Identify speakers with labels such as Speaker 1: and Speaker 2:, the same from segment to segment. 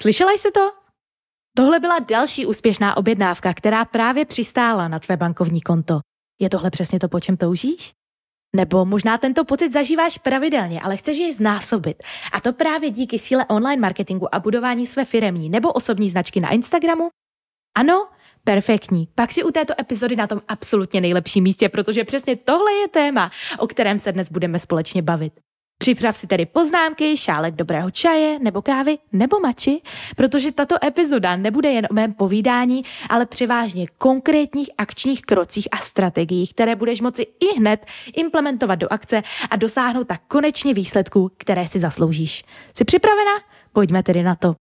Speaker 1: Slyšela jsi to? Tohle byla další úspěšná objednávka, která právě přistála na tvé bankovní konto. Je tohle přesně to, po čem toužíš? Nebo možná tento pocit zažíváš pravidelně, ale chceš jej znásobit. A to právě díky síle online marketingu a budování své firemní nebo osobní značky na Instagramu? Ano? Perfektní. Pak si u této epizody na tom absolutně nejlepším místě, protože přesně tohle je téma, o kterém se dnes budeme společně bavit. Připrav si tedy poznámky, šálek dobrého čaje nebo kávy nebo mači, protože tato epizoda nebude jen o mém povídání, ale převážně konkrétních akčních krocích a strategiích, které budeš moci i hned implementovat do akce a dosáhnout tak konečně výsledků, které si zasloužíš. Jsi připravena? Pojďme tedy na to.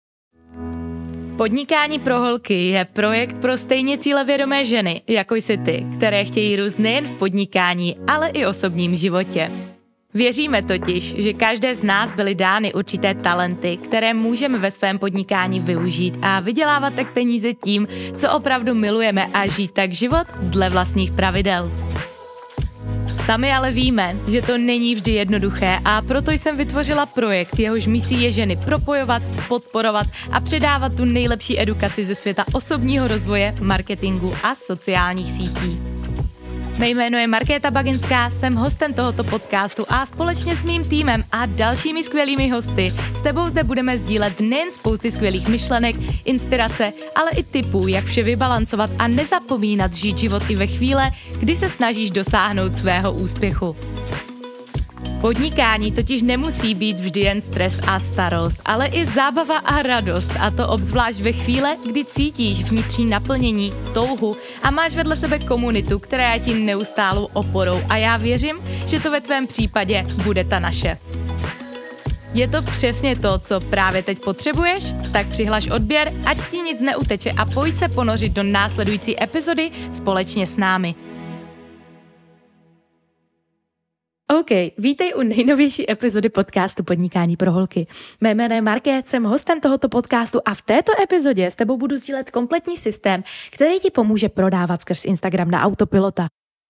Speaker 1: Podnikání pro holky je projekt pro stejně cílevědomé ženy, jako jsi ty, které chtějí růst nejen v podnikání, ale i osobním životě. Věříme totiž, že každé z nás byly dány určité talenty, které můžeme ve svém podnikání využít a vydělávat tak peníze tím, co opravdu milujeme a žít tak život dle vlastních pravidel. Sami ale víme, že to není vždy jednoduché a proto jsem vytvořila projekt, jehož misí je ženy propojovat, podporovat a předávat tu nejlepší edukaci ze světa osobního rozvoje, marketingu a sociálních sítí. Mé jméno je Markéta Baginská, jsem hostem tohoto podcastu a společně s mým týmem a dalšími skvělými hosty s tebou zde budeme sdílet nejen spousty skvělých myšlenek, inspirace, ale i tipů, jak vše vybalancovat a nezapomínat žít život i ve chvíle, kdy se snažíš dosáhnout svého úspěchu. Podnikání totiž nemusí být vždy jen stres a starost, ale i zábava a radost, a to obzvlášť ve chvíli, kdy cítíš vnitřní naplnění, touhu a máš vedle sebe komunitu, která je ti neustálou oporou, a já věřím, že to ve tvém případě bude ta naše. Je to přesně to, co právě teď potřebuješ? Tak přihlaš odběr, ať ti nic neuteče a pojď se ponořit do následující epizody společně s námi. OK, vítej u nejnovější epizody podcastu Podnikání pro holky. Mé jméno je Markét, jsem hostem tohoto podcastu a v této epizodě s tebou budu sdílet kompletní systém, který ti pomůže prodávat skrz Instagram na autopilota.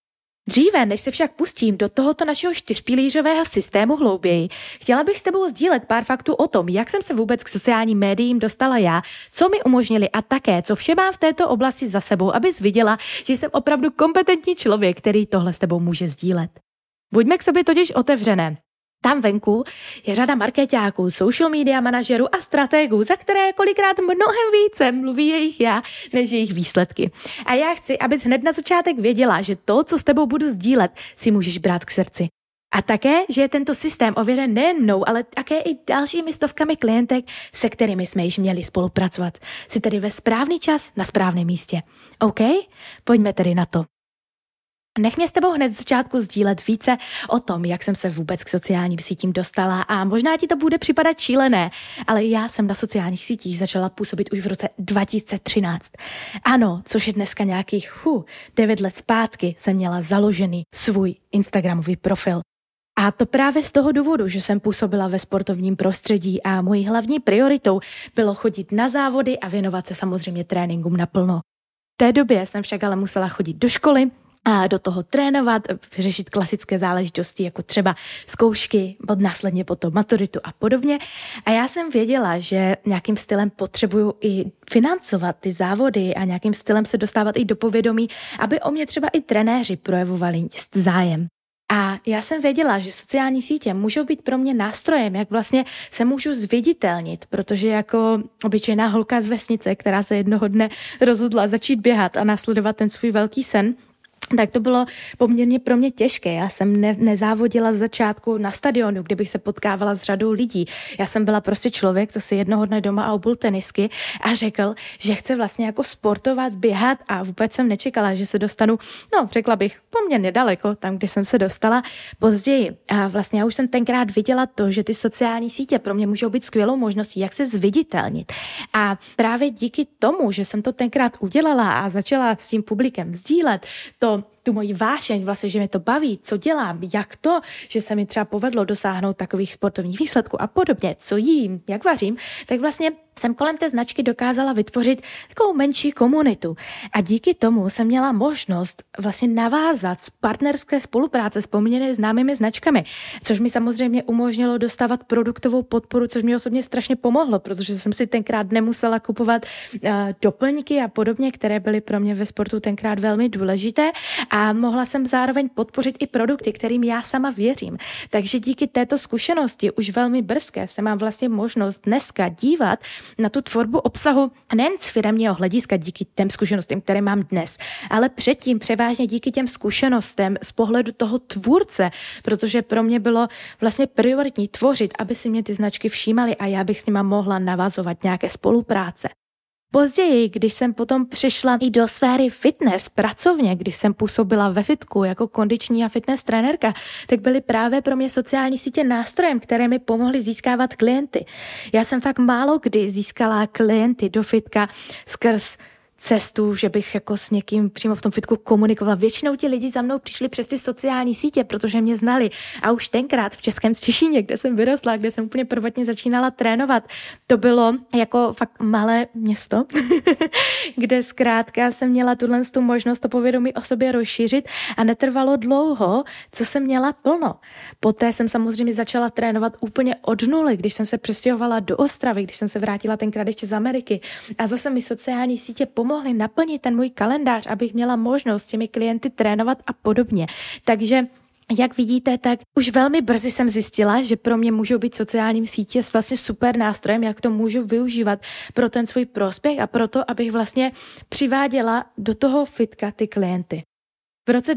Speaker 1: Dříve, než se však pustím do tohoto našeho 4pilířového systému hlouběji, chtěla bych s tebou sdílet pár faktů o tom, jak jsem se vůbec k sociálním médiím dostala já, co mi umožnili a také, co vše mám v této oblasti za sebou, abys viděla, že jsem opravdu kompetentní člověk, který tohle s tebou může sdílet. Buďme k sobě totiž otevřené. Tam venku je řada markeťáků, social media manažerů a strategů, za které kolikrát mnohem více mluví jejich já, než jejich výsledky. A já chci, abys hned na začátek věděla, že to, co s tebou budu sdílet, si můžeš brát k srdci. A také, že je tento systém ověřen nejen mnou, ale také i dalšími stovkami klientek, se kterými jsme již měli spolupracovat. Jsi tedy ve správný čas na správném místě. OK? Pojďme tedy na to. Nech mě s tebou hned z začátku sdílet více o tom, jak jsem se vůbec k sociálním sítím dostala, a možná ti to bude připadat šílené, ale já jsem na sociálních sítích začala působit už v roce 2013. Ano, což je dneska nějakých 9 let zpátky jsem měla založený svůj Instagramový profil. A to právě z toho důvodu, že jsem působila ve sportovním prostředí a mojí hlavní prioritou bylo chodit na závody a věnovat se samozřejmě tréninkům naplno. V té době jsem však ale musela chodit do školy a do toho trénovat, vyřešit klasické záležitosti, jako třeba zkoušky, následně potom maturitu a podobně. A já jsem věděla, že nějakým stylem potřebuju i financovat ty závody a nějakým stylem se dostávat i do povědomí, aby o mě třeba i trenéři projevovali zájem. A já jsem věděla, že sociální sítě můžou být pro mě nástrojem, jak vlastně se můžu zviditelnit, protože jako obyčejná holka z vesnice, která se jednoho dne rozhodla začít běhat a následovat ten svůj velký sen, tak to bylo poměrně pro mě těžké. Já jsem nezávodila z začátku na stadionu, kde bych se potkávala s řadou lidí. Já jsem byla prostě člověk, co si jednoho dne doma obul tenisky a řekl, že chce vlastně jako sportovat, běhat, a vůbec jsem nečekala, že se dostanu, řekla bych, poměrně daleko, tam, kde jsem se dostala později. A vlastně já už jsem tenkrát viděla to, že ty sociální sítě pro mě můžou být skvělou možností, jak se zviditelnit. A právě díky tomu, že jsem to tenkrát udělala a začala s tím publikem sdílet, to tu moji vášeň, vlastně, že mě to baví, co dělám, jak to, že se mi třeba povedlo dosáhnout takových sportovních výsledků a podobně, co jím, jak vařím, tak vlastně jsem kolem té značky dokázala vytvořit takovou menší komunitu. A díky tomu jsem měla možnost vlastně navázat z partnerské spolupráce s poměrně známými značkami, což mi samozřejmě umožnilo dostávat produktovou podporu, což mi osobně strašně pomohlo, protože jsem si tenkrát nemusela kupovat doplňky a podobně, které byly pro mě ve sportu tenkrát velmi důležité, a mohla jsem zároveň podpořit i produkty, kterým já sama věřím. Takže díky této zkušenosti už velmi brzké se mám vlastně možnost dneska dívat na tu tvorbu obsahu nejen z firemního hlediska díky těm zkušenostem, které mám dnes, ale předtím převážně díky těm zkušenostem z pohledu toho tvůrce, protože pro mě bylo vlastně prioritní tvořit, aby si mě ty značky všímaly a já bych s nima mohla navazovat nějaké spolupráce. Později, když jsem potom přišla i do sféry fitness pracovně, když jsem působila ve fitku jako kondiční a fitness trenérka, tak byly právě pro mě sociální sítě nástrojem, které mi pomohly získávat klienty. Já jsem fakt málo kdy získala klienty do fitka skrz cestu, že bych jako s někým přímo v tom fitku komunikovala. Většinou ti lidi za mnou přišli přes ty sociální sítě, protože mě znali. A už tenkrát v Českém Těšíně, kde jsem vyrostla, kde jsem úplně prvotně začínala trénovat, to bylo jako fakt malé město, kde zkrátka jsem měla tu možnost to povědomí o sobě rozšířit a netrvalo dlouho, co jsem měla plno. Poté jsem samozřejmě začala trénovat úplně od nuly, když jsem se přestěhovala do Ostravy, když jsem se vrátila tenkrát ještě z Ameriky, a zase mi sociální sítě mohli naplnit ten můj kalendář, abych měla možnost s těmi klienty trénovat a podobně. Takže jak vidíte, tak už velmi brzy jsem zjistila, že pro mě můžou být sociální sítě vlastně super nástrojem, jak to můžu využívat pro ten svůj prospěch a proto, abych vlastně přiváděla do toho fitka ty klienty. V roce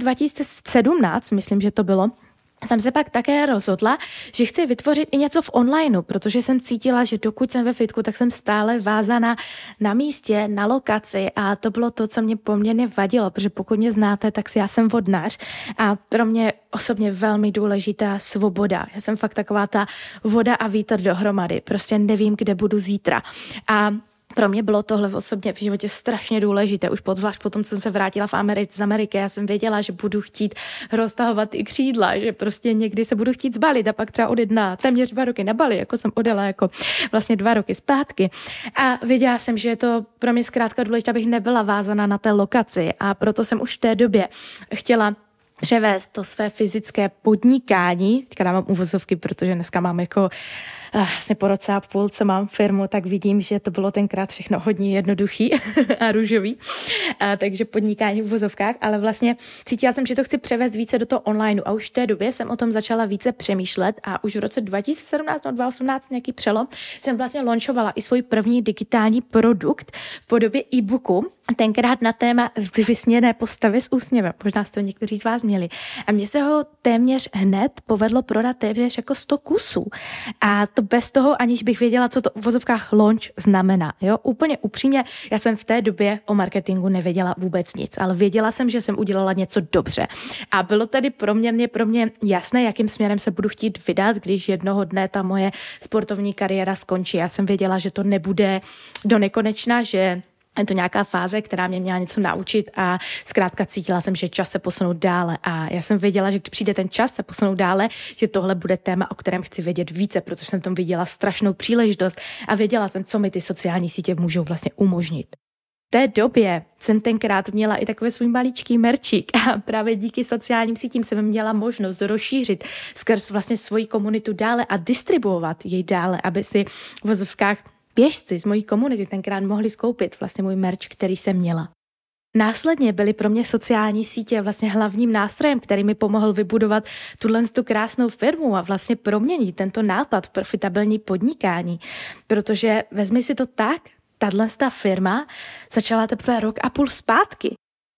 Speaker 1: 2017, myslím, že to bylo, jsem se pak také rozhodla, že chci vytvořit i něco v onlineu, protože jsem cítila, že dokud jsem ve fitku, tak jsem stále vázaná na místě, na lokaci, a to bylo to, co mě poměrně vadilo, protože pokud mě znáte, tak já jsem vodnář a pro mě osobně velmi důležitá svoboda. Já jsem fakt taková ta voda a vítr dohromady, prostě nevím, kde budu zítra. A pro mě bylo tohle osobně v životě strašně důležité. Už zvlášť potom, co jsem se vrátila z Ameriky, já jsem věděla, že budu chtít roztahovat i křídla, že prostě někdy se budu chtít zbalit a pak třeba odjet na téměř 2 roky na Bali, jako jsem odjela jako vlastně 2 roky zpátky. A věděla jsem, že je to pro mě zkrátka důležité, abych nebyla vázaná na té lokaci, a proto jsem už v té době chtěla převést to své fyzické podnikání, teďka dávám uvozovky, protože dneska mám jako vlastně po roce a půl, co mám firmu, tak vidím, že to bylo tenkrát všechno hodně jednoduchý a růžový, takže podnikání v uvozovkách, ale vlastně cítila jsem, že to chci převést více do toho online, a už v té době jsem o tom začala více přemýšlet a už v roce 2017 nebo 2018 nějaký přelom jsem vlastně launchovala i svůj první digitální produkt v podobě e-booku, tenkrát na téma vysněné postavy s úsměvem. Možná jste to někteří z vás měli. A mně se ho téměř hned povedlo prodat téměř jako 100 kusů. A to bez toho, aniž bych věděla, co to v vozovkách launch znamená. Jo? Úplně upřímně, já jsem v té době o marketingu nevěděla vůbec nic, ale věděla jsem, že jsem udělala něco dobře. A bylo tady pro mě jasné, jakým směrem se budu chtít vydat, když jednoho dne ta moje sportovní kariéra skončí. Já jsem věděla, že to nebude do nekonečna, že je to nějaká fáze, která mě měla něco naučit, a zkrátka cítila jsem, že čas se posunout dále, a já jsem věděla, že když přijde ten čas se posunout dále, že tohle bude téma, o kterém chci vědět více, protože jsem tam viděla strašnou příležitost a věděla jsem, co mi ty sociální sítě můžou vlastně umožnit. V té době jsem tenkrát měla i takový svůj maličký merčík a právě díky sociálním sítím jsem měla možnost rozšířit skrz vlastně svoji komunitu dále a distribuovat jej dále, aby si v vozovkách běžci z mojí komunity tenkrát mohli skoupit vlastně můj merch, který jsem měla. Následně byly pro mě sociální sítě vlastně hlavním nástrojem, který mi pomohl vybudovat tu krásnou firmu a vlastně proměnit tento nápad v profitabilní podnikání. Protože vezmi si to tak, tato firma začala teprve 1,5 roku zpátky.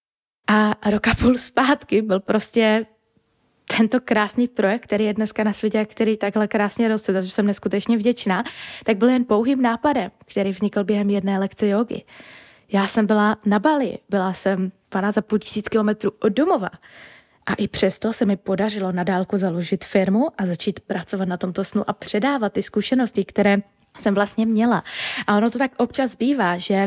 Speaker 1: A 1,5 roku zpátky byl prostě tento krásný projekt, který je dneska na světě a který takhle krásně roste, takže jsem neskutečně vděčná, tak byl jen pouhým nápadem, který vznikl během jedné lekce jógy. Já jsem byla na Bali, byla jsem 12,5 tisíc kilometrů od domova, a i přesto se mi podařilo na dálku založit firmu a začít pracovat na tomto snu a předávat ty zkušenosti, které jsem vlastně měla. A ono to tak občas bývá, že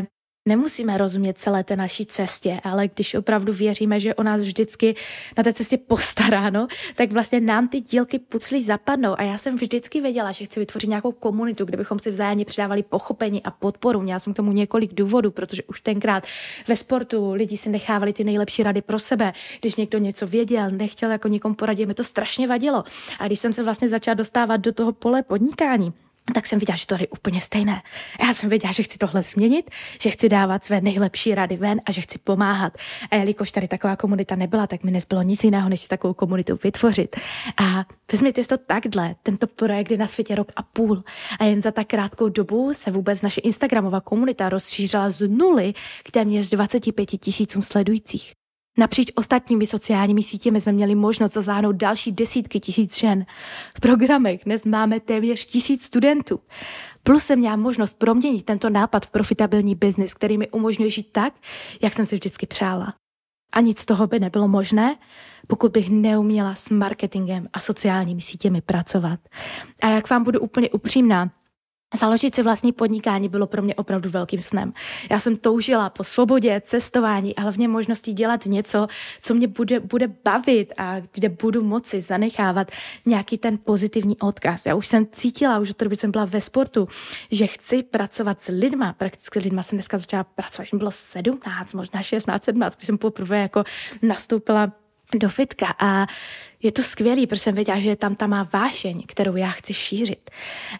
Speaker 1: nemusíme rozumět celé té naší cestě, ale když opravdu věříme, že o nás vždycky na té cestě postaráno, tak vlastně nám ty dílky puclí zapadnou. A já jsem vždycky věděla, že chci vytvořit nějakou komunitu, kde bychom si vzájemně předávali pochopení a podporu. Měla jsem k tomu několik důvodů, protože už tenkrát ve sportu lidi si nechávali ty nejlepší rady pro sebe. Když někdo něco věděl, nechtěl jako někomu poradit, mi to strašně vadilo. A když jsem se vlastně začala dostávat do toho pole podnikání, tak jsem viděla, že to je úplně stejné. Já jsem věděla, že chci tohle změnit, že chci dávat své nejlepší rady ven a že chci pomáhat. A jelikož tady taková komunita nebyla, tak mi nezbylo nic jiného, než si takovou komunitu vytvořit. A vezměte si to takhle, tento projekt je na světě 1,5 roku a jen za tak krátkou dobu se vůbec naše instagramová komunita rozšířila z 0 k téměř 25 000 sledujících. Napříč ostatními sociálními sítěmi jsme měli možnost zasáhnout další desítky tisíc žen. V programech dnes máme téměř 1000 studentů. Plus jsem měla možnost proměnit tento nápad v profitabilní biznis, který mi umožňuje žít tak, jak jsem si vždycky přála. A nic z toho by nebylo možné, pokud bych neuměla s marketingem a sociálními sítěmi pracovat. A jak vám budu úplně upřímná, založit si vlastní podnikání bylo pro mě opravdu velkým snem. Já jsem toužila po svobodě, cestování a hlavně možnosti dělat něco, co mě bude bavit a kde budu moci zanechávat nějaký ten pozitivní odkaz. Já už jsem cítila, už od té doby jsem byla ve sportu, že chci pracovat s lidma. Prakticky s lidma jsem dneska začala pracovat, když mi bylo 17, možná 16, 17, když jsem poprvé jako nastoupila do fitka a je to skvělý, protože jsem věděla, že je tam ta má vášeň, kterou já chci šířit.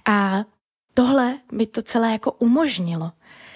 Speaker 1: A tohle mi to celé jako umožnilo.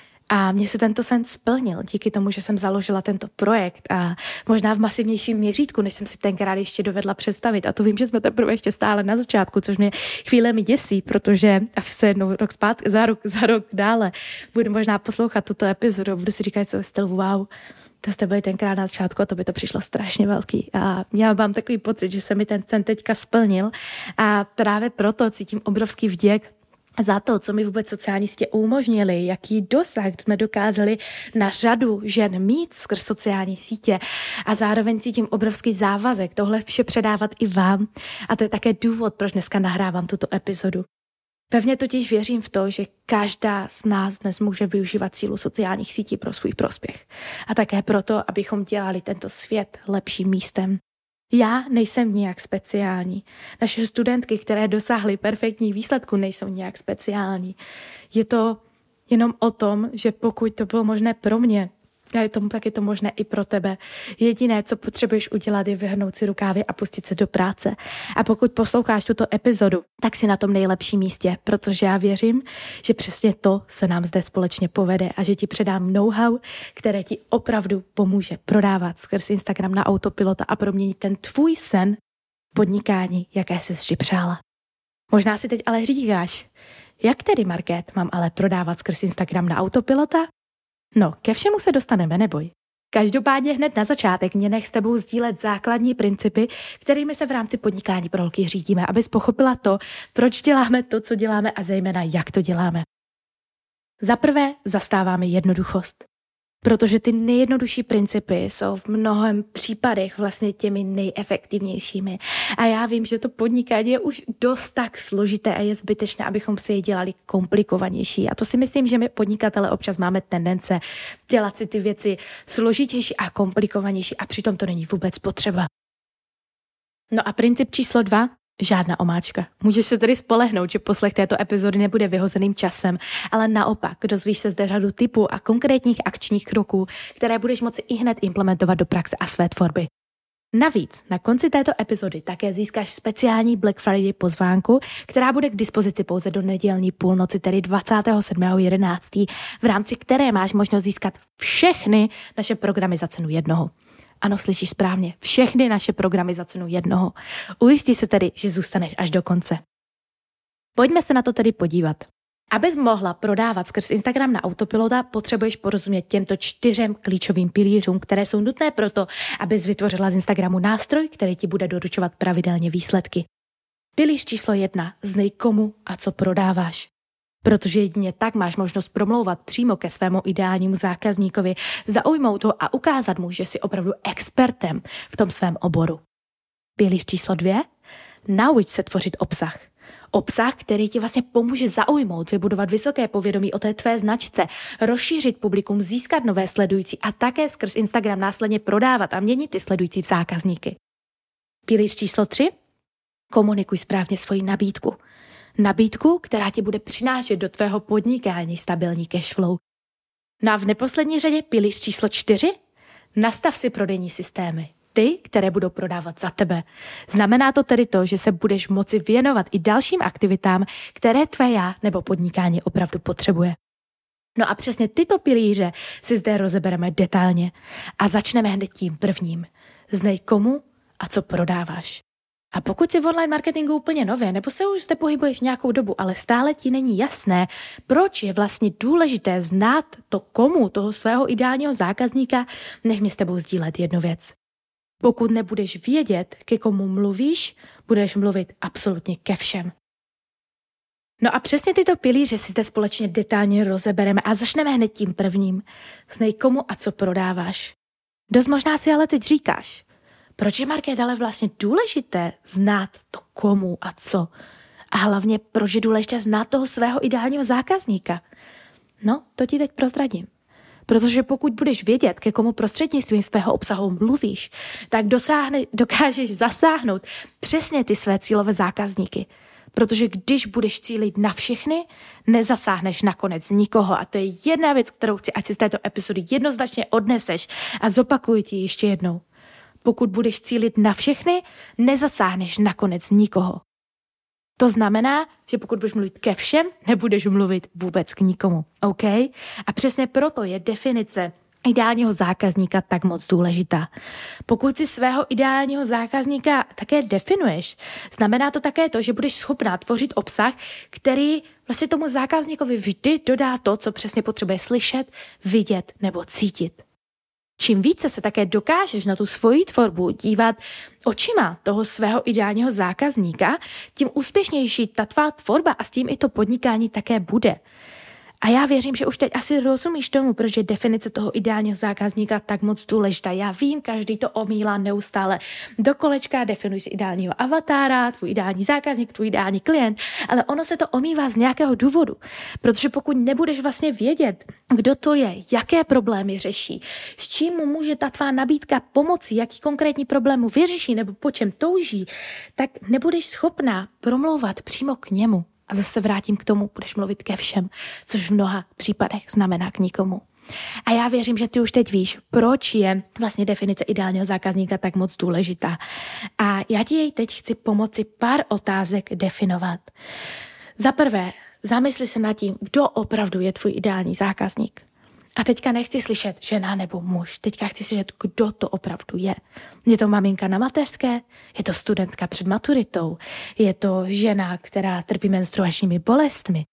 Speaker 1: A mně se tento sen splnil díky tomu, že jsem založila tento projekt a možná v masivnějším měřítku, než jsem si tenkrát ještě dovedla představit. A to vím, že jsme teprve ještě stále na začátku, což mě chvílemi děsí, protože asi se jednou rok zpátky, za rok dále budu možná poslouchat tuto epizodu, budu si říkat, co je styl wow. To jste byli tenkrát na začátku a to by to přišlo strašně velký. A já mám takový pocit, že se mi ten sen teďka splnil a právě proto cítím obrovský vděk za to, co mi vůbec sociální sítě umožnili, jaký dosah jsme dokázali na řadu žen mít skrz sociální sítě a zároveň cítím obrovský závazek tohle vše předávat i vám a to je také důvod, proč dneska nahrávám tuto epizodu. Pevně totiž věřím v to, že každá z nás dnes může využívat sílu sociálních sítí pro svůj prospěch a také proto, abychom dělali tento svět lepším místem. Já nejsem nijak speciální. Naše studentky, které dosáhly perfektních výsledků, nejsou nijak speciální. Je to jenom o tom, že pokud to bylo možné pro mě, tak je to možné i pro tebe. Jediné, co potřebuješ udělat, je vyhrnout si rukávy a pustit se do práce. A pokud posloucháš tuto epizodu, tak si na tom nejlepším místě, protože já věřím, že přesně to se nám zde společně povede a že ti předám know-how, které ti opravdu pomůže prodávat skrz Instagram na autopilota a proměnit ten tvůj sen podnikání, jaké jsi vždy přála. Možná si teď ale říkáš, jak tedy, Market, mám ale prodávat skrz Instagram na autopilota? No, ke všemu se dostaneme, neboj. Každopádně hned na začátek mě nech s tebou sdílet základní principy, kterými se v rámci podnikání pro holky řídíme, abys pochopila to, proč děláme to, co děláme a zejména jak to děláme. Za prvé zastáváme jednoduchost. Protože ty nejjednodušší principy jsou v mnohem případech vlastně těmi nejefektivnějšími. A já vím, že to podnikání je už dost tak složité a je zbytečné, abychom si je dělali komplikovanější. A to si myslím, že my podnikatele občas máme tendence dělat si ty věci složitější a komplikovanější a přitom to není vůbec potřeba. No a princip číslo 2. Žádná omáčka. Můžeš se tedy spolehnout, že poslech této epizody nebude vyhozeným časem, ale naopak dozvíš se zde řadu tipů a konkrétních akčních kroků, které budeš moci ihned implementovat do praxe a své tvorby. Navíc na konci této epizody také získáš speciální Black Friday pozvánku, která bude k dispozici pouze do nedělní půlnoci, tedy 27.11., v rámci které máš možnost získat všechny naše programy za cenu jednoho. Ano, slyšíš správně, všechny naše programy za cenu jednoho. Ujistí se tedy, že zůstaneš až do konce. Pojďme se na to tedy podívat. Abys mohla prodávat skrz Instagram na autopilota, potřebuješ porozumět těmto 4 klíčovým pilířům, které jsou nutné proto, abys vytvořila z Instagramu nástroj, který ti bude doručovat pravidelně výsledky. Pilíř číslo 1. Znej komu a co prodáváš. Protože jedině tak máš možnost promlouvat přímo ke svému ideálnímu zákazníkovi, zaujmout ho a ukázat mu, že jsi opravdu expertem v tom svém oboru. Pilíř číslo 2. Nauč se tvořit obsah. Obsah, který ti vlastně pomůže zaujmout, vybudovat vysoké povědomí o té tvé značce, rozšířit publikum, získat nové sledující a také skrz Instagram následně prodávat a měnit ty sledující v zákazníky. Pilíř číslo 3. Komunikuj správně svoji nabídku. Nabídku, která ti bude přinášet do tvého podnikání stabilní cashflow. No a v neposlední řadě pilíř číslo 4. Nastav si prodejní systémy. Ty, které budou prodávat za tebe. Znamená to tedy to, že se budeš moci věnovat i dalším aktivitám, které tvé já nebo podnikání opravdu potřebuje. No a přesně tyto pilíře si zde rozebereme detailně a začneme hned tím prvním. Znej komu a co prodáváš. A pokud jsi v online marketingu úplně nově, nebo se už zde pohybuješ nějakou dobu, ale stále ti není jasné, proč je vlastně důležité znát to komu, toho svého ideálního zákazníka, nech mi s tebou sdílet jednu věc. Pokud nebudeš vědět, ke komu mluvíš, budeš mluvit absolutně ke všem. No a přesně tyto pilíře si zde společně detailně rozebereme a začneme hned tím prvním. Znej komu a co prodáváš. Dost možná si ale teď říkáš, proč je, Markéto, ale vlastně důležité znát to komu a co? A hlavně, proč je důležité znát toho svého ideálního zákazníka? No, to ti teď prozradím. Protože pokud budeš vědět, ke komu prostřednictvím svého obsahu mluvíš, tak dokážeš zasáhnout přesně ty své cílové zákazníky. Protože když budeš cílit na všechny, nezasáhneš nakonec nikoho. A to je jedna věc, kterou chci, ať si z této epizody jednoznačně odneseš a zopakuji ti ještě jednou. Pokud budeš cílit na všechny, nezasáhneš nakonec nikoho. To znamená, že pokud budeš mluvit ke všem, nebudeš mluvit vůbec k nikomu. OK? A přesně proto je definice ideálního zákazníka tak moc důležitá. Pokud si svého ideálního zákazníka také definuješ, znamená to také to, že budeš schopná tvořit obsah, který vlastně tomu zákazníkovi vždy dodá to, co přesně potřebuje slyšet, vidět nebo cítit. Čím více se také dokážeš na tu svoji tvorbu dívat očima toho svého ideálního zákazníka, tím úspěšnější ta tvá tvorba a s tím i to podnikání také bude. A já věřím, že už teď asi rozumíš tomu, proč je definice toho ideálního zákazníka tak moc důležitá. Já vím, každý to omílá neustále do kolečka, definuj si ideálního avatára, tvůj ideální zákazník, tvůj ideální klient, ale ono se to omývá z nějakého důvodu. Protože pokud nebudeš vlastně vědět, kdo to je, jaké problémy řeší, s čím mu může ta tvá nabídka pomoci, jaký konkrétní problém mu vyřeší nebo po čem touží, tak nebudeš schopná promlouvat přímo k němu. A zase vrátím k tomu, budeš mluvit ke všem, což v mnoha případech znamená k nikomu. A já věřím, že ty už teď víš, proč je vlastně definice ideálního zákazníka tak moc důležitá. A já ti jej teď chci pomoci pár otázek definovat. Za prvé, zamysli se nad tím, kdo opravdu je tvůj ideální zákazník. A teďka nechci slyšet žena nebo muž, teďka chci slyšet, kdo to opravdu je. Je to maminka na mateřské, je to studentka před maturitou, je to žena, která trpí menstruačními bolestmi.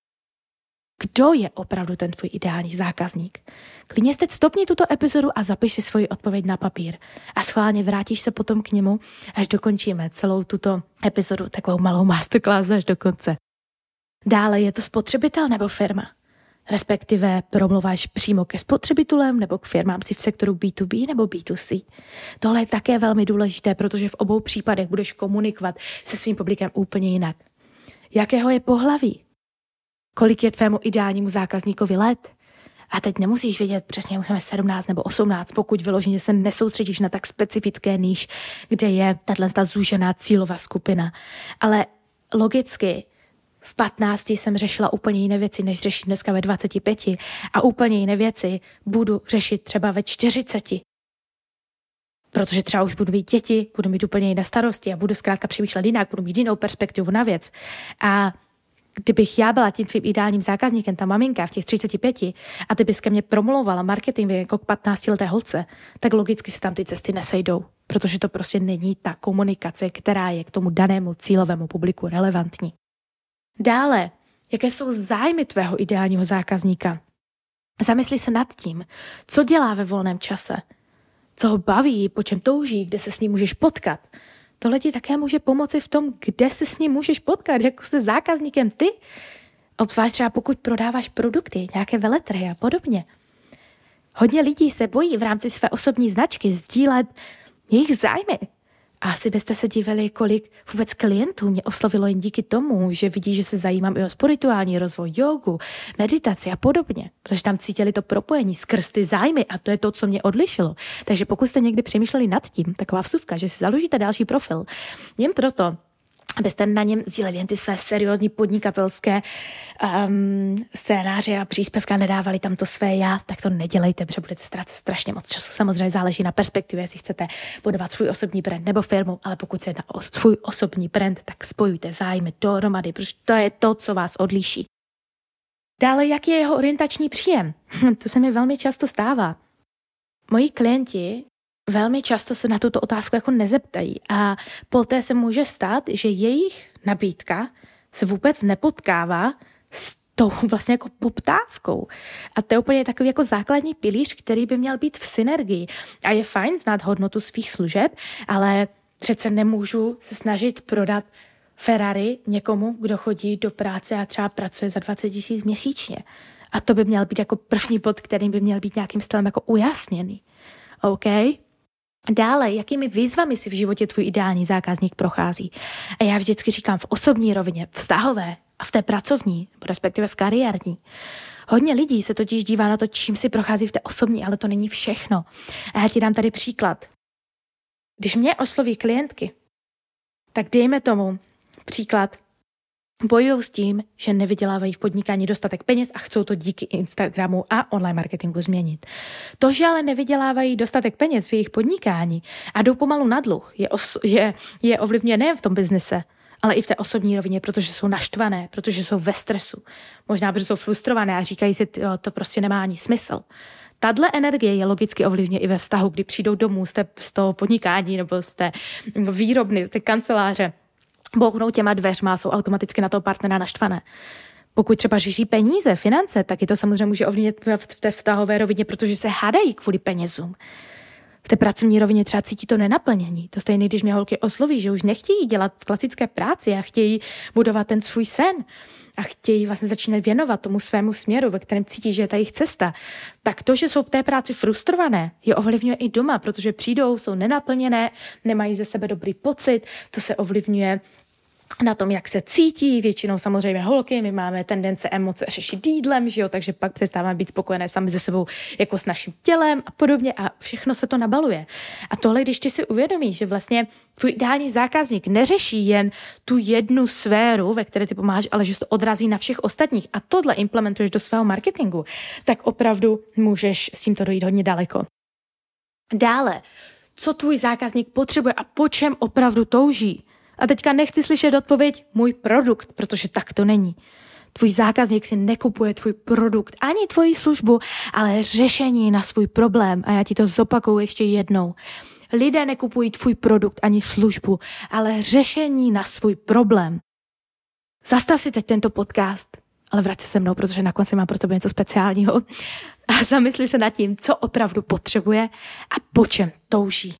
Speaker 1: Kdo je opravdu ten tvůj ideální zákazník? Klidně teď stopni tuto epizodu a zapiš si svoji odpověď na papír. A schválně vrátíš se potom k němu, až dokončíme celou tuto epizodu, takovou malou masterclass až do konce. Dále je to spotřebitel nebo firma? Respektive promluváš přímo ke spotřebitelům nebo k firmám si v sektoru B2B nebo B2C. Tohle je také velmi důležité, protože v obou případech budeš komunikovat se svým publikem úplně jinak. Jakého je pohlaví? Kolik je tvému ideálnímu zákazníkovi let? A teď nemusíš vědět přesně, můžeme 17 nebo 18, pokud vyloženě se nesoustředíš na tak specifické níž, kde je tato zúžená cílová skupina. Ale logicky v 15 jsem řešila úplně jiné věci, než řeším dneska ve 25 a úplně jiné věci budu řešit třeba ve 40. Protože třeba už budu mít děti, budu mít úplně jiné starosti a budu zkrátka přemýšlet jinak, budu mít jinou perspektivu na věc. A kdybych já byla tím tvým ideálním zákazníkem, ta maminka v těch 35 a ty bys ke mně promlouvala marketing jako k 15leté holce, tak logicky se tam ty cesty nesejdou, protože to prostě není ta komunikace, která je k tomu danému cílovému publiku relevantní. Dále, jaké jsou zájmy tvého ideálního zákazníka? Zamysli se nad tím, co dělá ve volném čase, co ho baví, po čem touží, kde se s ním můžeš potkat. Tohle ti také může pomoci v tom, kde se s ním můžeš potkat, jako se zákazníkem ty. Obzvlášť třeba pokud prodáváš produkty, nějaké veletrhy a podobně. Hodně lidí se bojí v rámci své osobní značky sdílet jejich zájmy. asi byste se divili, kolik vůbec klientů mě oslovilo jen díky tomu, že vidí, že se zajímám i o spirituální rozvoj, jogu, meditaci a podobně. Protože tam cítili to propojení skrz ty zájmy a to je to, co mě odlišilo. Takže pokud jste někdy přemýšleli nad tím, taková vsuvka, že si založíte další profil, jen proto, abyste na něm sdíleli jen ty své seriózní podnikatelské scénáře a příspěvka, nedávali tam to své já, tak to nedělejte, protože budete ztrácet strašně moc času. Samozřejmě záleží na perspektivě, jestli chcete budovat svůj osobní brand nebo firmu, ale pokud se jedná o svůj osobní brand, tak spojujte zájmy dohromady, protože to je to, co vás odliší. Dále, jaký je jeho orientační příjem? To se mi velmi často stává. Moji klienti velmi často se na tuto otázku jako nezeptají a poté se může stát, že jejich nabídka se vůbec nepotkává s tou vlastně jako poptávkou. A to je úplně takový jako základní pilíř, který by měl být v synergii. A je fajn znát hodnotu svých služeb, ale přece nemůžu se snažit prodat Ferrari někomu, kdo chodí do práce a třeba pracuje za 20 000 měsíčně. A to by měl být jako první bod, kterým by měl být nějakým stylem jako ujasněný. OK? Dále, jakými výzvami si v životě tvůj ideální zákazník prochází? A já vždycky říkám v osobní rovině, vztahové a v té pracovní, respektive v kariérní. Hodně lidí se totiž dívá na to, čím si prochází v té osobní, ale to není všechno. A já ti dám tady příklad. Když mě osloví klientky, tak dejme tomu příklad, bojují s tím, že nevydělávají v podnikání dostatek peněz a chcou to díky Instagramu a online marketingu změnit. To, že ale nevydělávají dostatek peněz v jejich podnikání a jdou pomalu na dluh, je ovlivňuje nejen v tom biznise, ale i v té osobní rovině, protože jsou naštvané, protože jsou ve stresu. Možná, protože jsou frustrované a říkají si, to prostě nemá ani smysl. Tahle energie je logicky ovlivňuje i ve vztahu, kdy přijdou domů z toho podnikání nebo z té výrobny, z té kanceláře, bouchnou těma dveřma, jsou automaticky na toho partnera naštvané. Pokud třeba řeší peníze, finance, tak je to samozřejmě může ovlivnit v té vztahové rovině, protože se hádají kvůli penězům. V té pracovní rovině třeba cítí to nenaplnění. To stejně, když mě holky osloví, že už nechtějí dělat klasické práci a chtějí budovat ten svůj sen a chtějí vlastně začínat věnovat tomu svému směru, ve kterém cítí, že je ta jejich cesta, tak to, že jsou v té práci frustrované, je ovlivňuje i doma, protože přijdou, jsou nenaplněné, nemají ze sebe dobrý pocit, to se ovlivňuje na tom, jak se cítí, většinou samozřejmě holky, my máme tendence emoce řešit jídlem, že jo, takže pak přestáváme být spokojené sami se sebou jako s naším tělem a podobně a všechno se to nabaluje. A tohle, když ty si uvědomíš, že vlastně tvůj ideální zákazník neřeší jen tu jednu sféru, ve které ty pomáháš, ale že to odrazí na všech ostatních a tohle implementuješ do svého marketingu, tak opravdu můžeš s tímto dojít hodně daleko. Dále, co tvůj zákazník potřebuje a po čem opravdu touží? A teďka nechci slyšet odpověď můj produkt, protože tak to není. Tvůj zákazník si nekupuje tvůj produkt ani tvoji službu, ale řešení na svůj problém. A já ti to zopakuju ještě jednou. Lidé nekupují tvůj produkt ani službu, ale řešení na svůj problém. Zastav si teď tento podcast, ale vrať se se mnou, protože na konci mám pro tebe něco speciálního. A zamysli se nad tím, co opravdu potřebuje a po čem touží.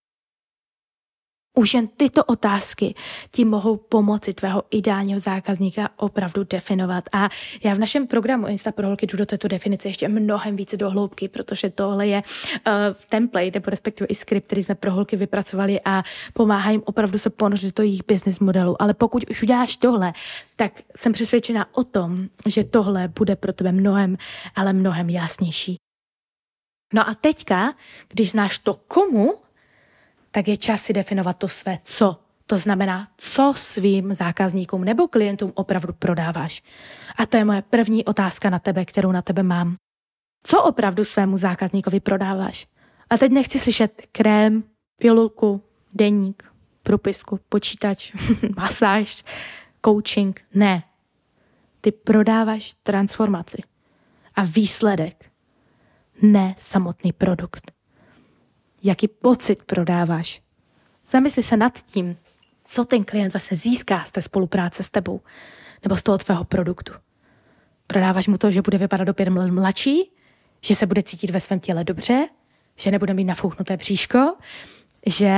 Speaker 1: Už jen tyto otázky ti mohou pomoci tvého ideálního zákazníka opravdu definovat. A já v našem programu Insta pro holky jdu do této definice ještě mnohem více do hloubky, protože tohle je template, nebo respektive i skript, který jsme pro holky vypracovali a pomáhá jim opravdu se ponořit do jejich business modelu. Ale pokud už uděláš tohle, tak jsem přesvědčená o tom, že tohle bude pro tebe mnohem, ale mnohem jasnější. No a teďka, když znáš to komu, tak je čas si definovat to své co. To znamená, co svým zákazníkům nebo klientům opravdu prodáváš. A to je moje první otázka na tebe, kterou na tebe mám. Co opravdu svému zákazníkovi prodáváš? A teď nechci slyšet krém, pilulku, deník, průpisku, počítač, masáž, coaching. Ne. Ty prodáváš transformaci a výsledek, ne samotný produkt. Jaký pocit prodáváš? Zamysli se nad tím, co ten klient vlastně získá z té spolupráce s tebou nebo z toho tvého produktu. Prodáváš mu to, že bude vypadat o 5 let mladší, že se bude cítit ve svém těle dobře, že nebude mít nafouchnuté bříško, že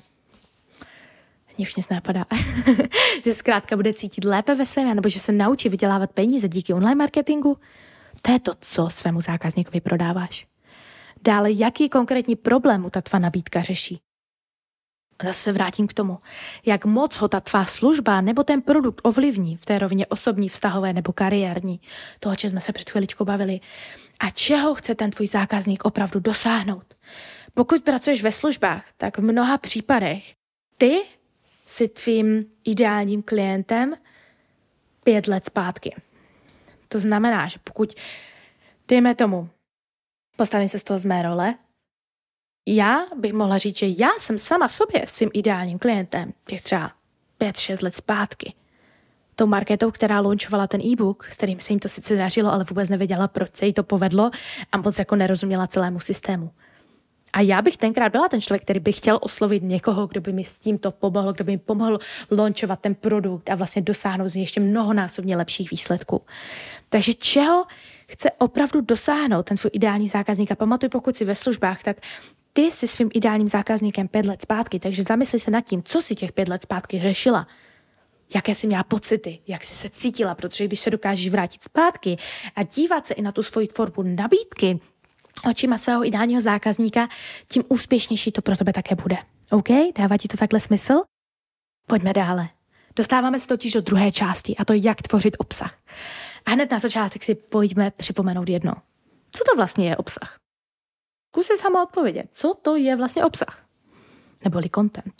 Speaker 1: mě už nic napadá, že zkrátka bude cítit lépe ve svém, nebo že se naučí vydělávat peníze díky online marketingu. To je to, co svému zákazníkovi prodáváš. Dále, jaký konkrétní problém mu ta tvá nabídka řeší? Zase se vrátím k tomu, jak moc ho ta tvá služba nebo ten produkt ovlivní v té rovině osobní, vztahové nebo kariérní, toho, čem jsme se před chviličkou bavili, a čeho chce ten tvůj zákazník opravdu dosáhnout. Pokud pracuješ ve službách, tak v mnoha případech ty jsi tvým ideálním klientem 5 let zpátky. To znamená, že pokud, dejme tomu, postavím se z toho z mé role, já bych mohla říct, že já jsem sama sobě svým ideálním klientem těch třeba 5-6 let zpátky. Tou marketou, která launchovala ten e-book, s kterým se jim to sice dařilo, ale vůbec nevěděla, proč se jí to povedlo a moc jako nerozuměla celému systému. A já bych tenkrát byla ten člověk, který by chtěl oslovit někoho, kdo by mi s tímto pomohl, kdo by mi pomohl launchovat ten produkt a vlastně dosáhnout z něj ještě mnohonásobně lepších výsledků. Takže čeho chce opravdu dosáhnout ten tvůj ideální zákazník? A pamatuj, pokud jsi ve službách, tak ty jsi svým ideálním zákazníkem 5 let zpátky, takže zamysli se nad tím, co si těch 5 let zpátky řešila. Jaké jsi měla pocity, jak jsi se cítila, protože když se dokážeš vrátit zpátky a dívat se i na tu svoji tvorbu nabídky očima svého ideálního zákazníka, tím úspěšnější to pro tebe také bude. OK? Dává ti to takhle smysl? Pojďme dále. Dostáváme se totiž do druhé části, a to jak tvořit obsah. A hned na začátek si pojďme připomenout jedno. Co to vlastně je obsah? Zkus si sama odpovědět, co to je vlastně obsah? Neboli content.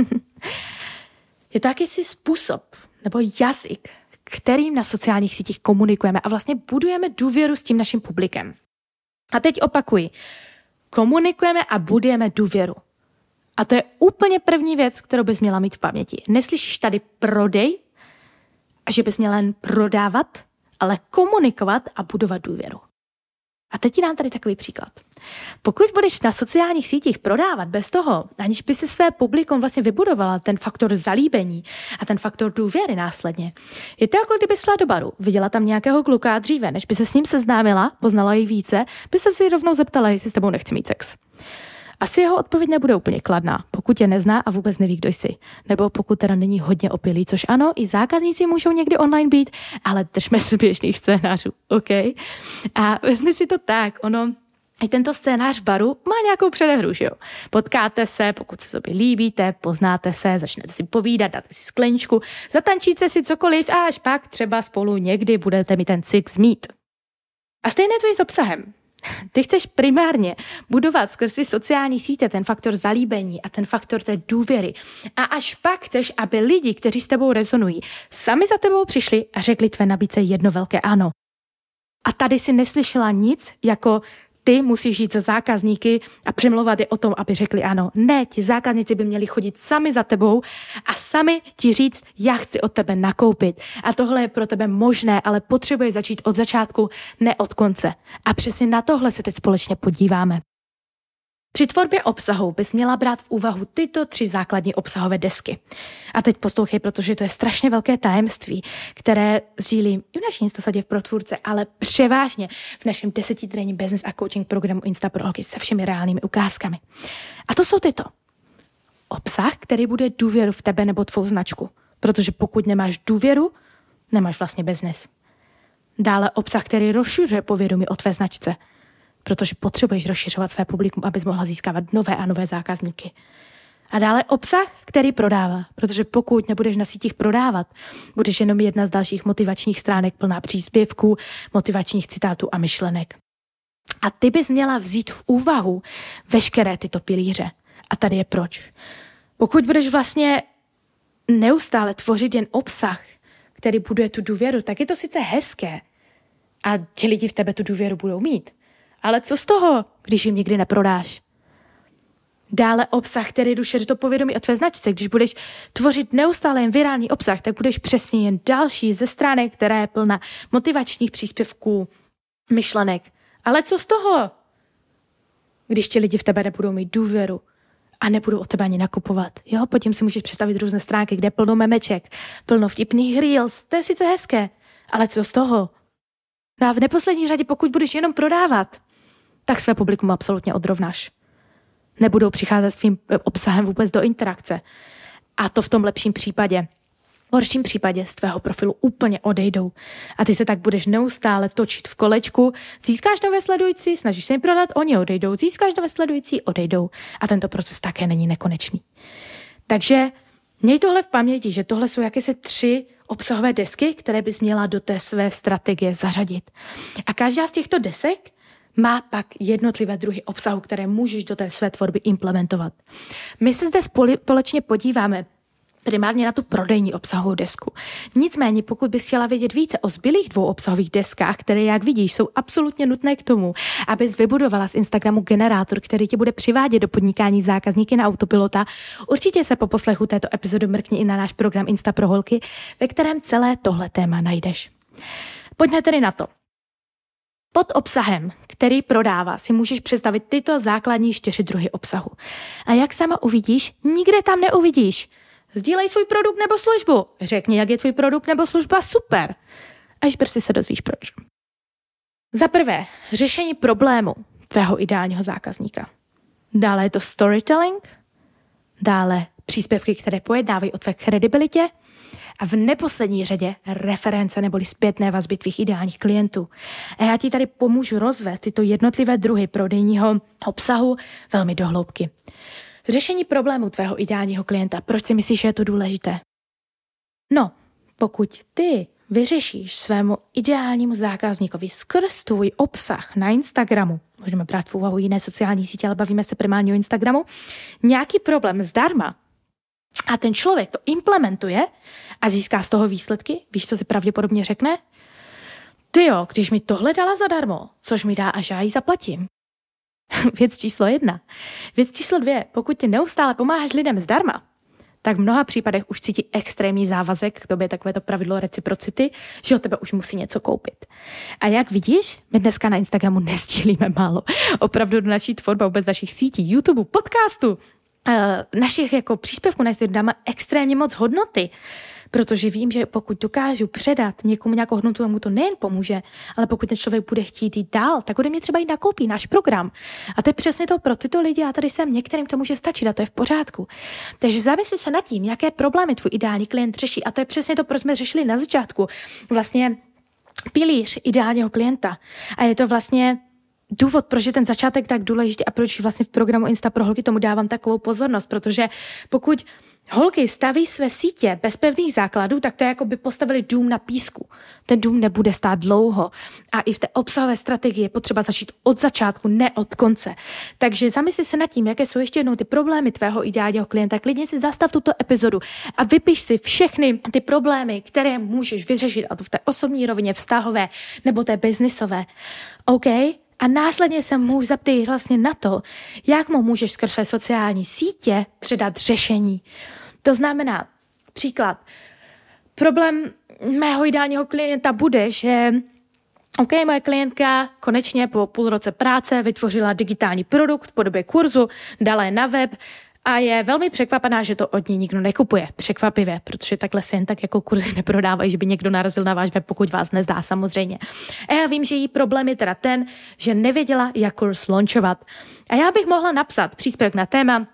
Speaker 1: Je to jakýsi způsob nebo jazyk, kterým na sociálních sítích komunikujeme a vlastně budujeme důvěru s tím naším publikem. A teď opakuji. Komunikujeme a budujeme důvěru. A to je úplně první věc, kterou bys měla mít v paměti. Neslyšíš tady prodej, a že bys měla jen prodávat, ale komunikovat a budovat důvěru. A teď ti dám tady takový příklad. Pokud budeš na sociálních sítích prodávat bez toho, aniž by si své publikum vlastně vybudovala ten faktor zalíbení a ten faktor důvěry následně, je to jako kdyby šla do baru, viděla tam nějakého kluka dříve, než by se s ním seznámila, poznala jej více, by se si rovnou zeptala, jestli s tebou nechce mít sex. Asi jeho odpověď nebude úplně kladná, pokud tě nezná a vůbec neví, kdo jsi. Nebo pokud teda není hodně opilý, což ano, i zákazníci můžou někdy online být, ale držme se běžných scénářů, OK? A vezmi si to tak, i tento scénář baru má nějakou předehru, že jo? Potkáte se, pokud se sobě líbíte, poznáte se, začnete si povídat, dáte si skleničku, zatančíte si cokoliv a až pak třeba spolu někdy budete mi ten sex mít. A stejné to je s obsahem. Ty chceš primárně budovat skrz sociální sítě ten faktor zalíbení a ten faktor té důvěry. A až pak chceš, aby lidi, kteří s tebou rezonují, sami za tebou přišli a řekli tvé nabídce jedno velké ano. A tady si neslyšela nic, jako ty musíš jít za zákazníky a přemlouvat je o tom, aby řekli ano. Ne, ti zákazníci by měli chodit sami za tebou a sami ti říct, já chci od tebe nakoupit. A tohle je pro tebe možné, ale potřebuješ začít od začátku, ne od konce. A přesně na tohle se teď společně podíváme. Při tvorbě obsahu bys měla brát v úvahu tyto 3 základní obsahové desky. A teď poslouchej, protože to je strašně velké tajemství, které sdílím i v naší Instasadě v Protvůrce, ale převážně v našem 10denním business a coaching programu Insta pro holky se všemi reálnými ukázkami. A to jsou tyto. Obsah, který bude důvěru v tebe nebo tvou značku. Protože pokud nemáš důvěru, nemáš vlastně business. Dále obsah, který rozšiřuje povědomí o tvé značce. Protože potřebuješ rozšiřovat své publikum, abys mohla získávat nové a nové zákazníky. A dále obsah, který prodává, protože pokud nebudeš na sítích prodávat, budeš jenom jedna z dalších motivačních stránek plná příspěvků, motivačních citátů a myšlenek. A ty bys měla vzít v úvahu veškeré tyto pilíře. A tady je proč. Pokud budeš vlastně neustále tvořit jen obsah, který buduje tu důvěru, tak je to sice hezké a ti lidi v tebe tu důvěru budou mít. Ale co z toho, když jim nikdy neprodáš? Dále obsah, který rozšiří to povědomí o tvé značce. Když budeš tvořit neustále jen virální obsah, tak budeš přesně jen další ze stránek, která je plná motivačních příspěvků, myšlenek. Ale co z toho, když ti lidi v tebe nebudou mít důvěru a nebudou od tebe ani nakupovat? Jo, potom si můžeš představit různé stránky, kde je plno memeček, plno vtipných reels. To je sice hezké, ale co z toho? No a v neposlední řadě, pokud budeš jenom prodávat, tak své publikum absolutně odrovnáš. Nebudou přicházet s tvým obsahem vůbec do interakce. A to v tom lepším případě. V horším případě z tvého profilu úplně odejdou. A ty se tak budeš neustále točit v kolečku, získáš nové sledující, snažíš se jim prodat, oni odejdou, získáš nové sledující, odejdou. A tento proces také není nekonečný. Takže měj tohle v paměti, že tohle jsou jakési 3 obsahové desky, které bys měla do té své strategie zařadit. A každá z těchto desek má pak jednotlivé druhy obsahu, které můžeš do té své tvorby implementovat. My se zde společně podíváme primárně na tu prodejní obsahovou desku. Nicméně, pokud bys chtěla vědět více o zbylých 2 obsahových deskách, které, jak vidíš, jsou absolutně nutné k tomu, abys vybudovala z Instagramu generátor, který tě bude přivádět do podnikání zákazníky na autopilota, určitě se po poslechu této epizody mrkni i na náš program Insta pro holky, ve kterém celé tohle téma najdeš. Pojďme tedy na to. Pod obsahem, který prodává, si můžeš představit tyto základní 4 druhy obsahu. A jak sama uvidíš, nikde tam neuvidíš. Sdílej svůj produkt nebo službu. Řekni, jak je tvůj produkt nebo služba super. Až brzy se dozvíš proč. Za prvé, řešení problému tvého ideálního zákazníka. Dále je to storytelling. Dále příspěvky, které pojednávají o tvé kredibilitě. A v neposlední řadě reference neboli zpětné vazby tvých ideálních klientů. A já ti tady pomůžu rozvést tyto jednotlivé druhy prodejního obsahu velmi do hloubky. Řešení problému tvého ideálního klienta. Proč si myslíš, že je to důležité? No, pokud ty vyřešíš svému ideálnímu zákazníkovi skrz tvůj obsah na Instagramu, můžeme brát v úvahu jiné sociální sítě, ale bavíme se primárně o Instagramu, nějaký problém zdarma a ten člověk to implementuje a získá z toho výsledky, víš, co si pravděpodobně řekne? Tyjo, když mi tohle dala zadarmo, což mi dá, až já jí zaplatím. Věc číslo 1. Věc číslo 2. Pokud ty neustále pomáháš lidem zdarma, tak v mnoha případech už cítí extrémní závazek, k tobě takovéto pravidlo reciprocity, že od tebe už musí něco koupit. A jak vidíš, my dneska na Instagramu nesdílíme málo. Opravdu do naší tvorby, vůbec našich sítí, YouTube, podcastu, našich jako příspěvků na Instagramu dáme extrémně moc hodnoty. Protože vím, že pokud dokážu předat někomu nějakou hodnotu, mu to nejen pomůže, ale pokud ten člověk bude chtít jít dál, tak ode mě třeba i nakoupí náš program. A to je přesně to pro tyto lidi, a tady jsem, některým to může stačit a to je v pořádku. Takže zamysli se nad tím, jaké problémy tvůj ideální klient řeší, a to je přesně to, proč jsme řešili na začátku. Vlastně pilíř ideálního klienta. A je to vlastně důvod, proč je ten začátek tak důležitý a proč vlastně v programu Insta pro holky tomu dávám takovou pozornost, protože pokud holky staví své sítě bez pevných základů, tak to je jako by postavili dům na písku. Ten dům nebude stát dlouho. A i v té obsahové strategii je potřeba začít od začátku, ne od konce. Takže zamysli se nad tím, jaké jsou ještě jednou ty problémy tvého ideálního klienta. Klidně si zastav tuto epizodu a vypiš si všechny ty problémy, které můžeš vyřešit, a to v té osobní rovině, vztahové nebo té biznisové. OK? A následně se můžu zeptat vlastně na to, jak mu můžeš skrz své sociální sítě předat řešení. To znamená, příklad, problém mého ideálního klienta bude, že moje klientka konečně po půl roce práce vytvořila digitální produkt v podobě kurzu, dala je na web a je velmi překvapená, že to od ní nikdo nekupuje. Překvapivě, protože takhle se jen tak jako kurzy neprodávají, že by někdo narazil na váš web, pokud vás nezdá, samozřejmě. A já vím, že její problém je teda ten, že nevěděla, jak kurz launchovat. A já bych mohla napsat příspěvek na téma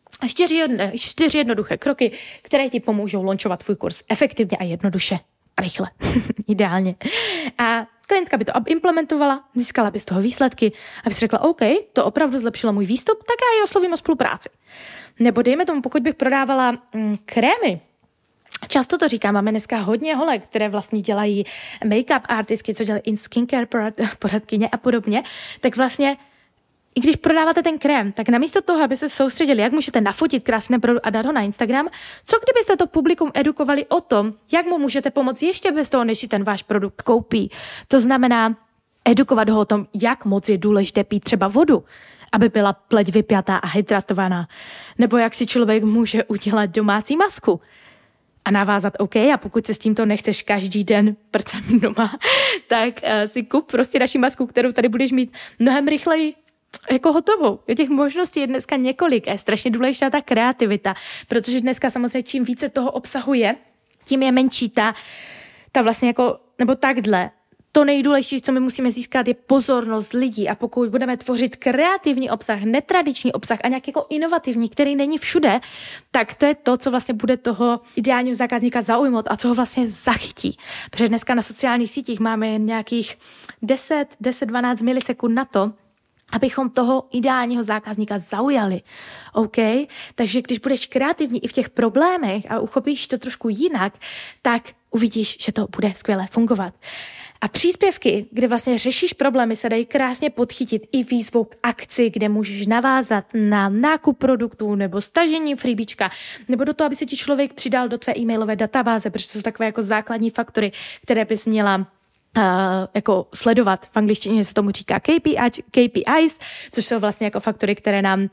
Speaker 1: 4 jednoduché kroky, které ti pomůžou launchovat tvůj kurz efektivně a jednoduše. A rychle. Ideálně. A klientka by to implementovala, získala by z toho výsledky a by si řekla, OK, to opravdu zlepšilo můj výstup, tak já ji oslovím o spolupráci. Nebo dejme tomu, pokud bych prodávala krémy, často to říkám, máme dneska hodně holek, které vlastně dělají make-up artistky, co dělají in skincare poradkyně a podobně, tak vlastně i když prodáváte ten krém, tak namísto toho, aby se soustředili, jak můžete nafotit krásný produkt a dát ho na Instagram, co kdybyste to publikum edukovali o tom, jak mu můžete pomoct ještě bez toho, než si ten váš produkt koupí. To znamená edukovat ho o tom, jak moc je důležité pít třeba vodu, aby byla pleť vypjatá a hydratovaná. Nebo jak si člověk může udělat domácí masku a navázat, OK, a pokud se s tímto nechceš každý den prcem doma, tak si kup prostě naši masku, kterou tady budeš mít mnohem rychleji jako hotovou. Těch možností je dneska několik a je strašně důležitá ta kreativita, protože dneska samozřejmě čím více toho obsahu je, tím je menší ta vlastně jako, nebo takhle. To nejdůležitější, co my musíme získat, je pozornost lidí, a pokud budeme tvořit kreativní obsah, netradiční obsah a nějak jako inovativní, který není všude, tak to je to, co vlastně bude toho ideálního zákazníka zaujmout a co ho vlastně zachytí. Protože dneska na sociálních sítích máme jen nějakých 10-12 milisekund na to, abychom toho ideálního zákazníka zaujali. OK? Takže když budeš kreativní i v těch problémech a uchopíš to trošku jinak, tak uvidíš, že to bude skvěle fungovat. A příspěvky, kde vlastně řešíš problémy, se dají krásně podchytit i výzvou k akci, kde můžeš navázat na nákup produktů nebo stažení freebíčka, nebo do toho, aby se ti člověk přidal do tvé e-mailové databáze, protože to jsou takové jako základní faktory, které bys měla jako sledovat. V angličtině se tomu říká KPIs, což jsou vlastně jako faktory, které nám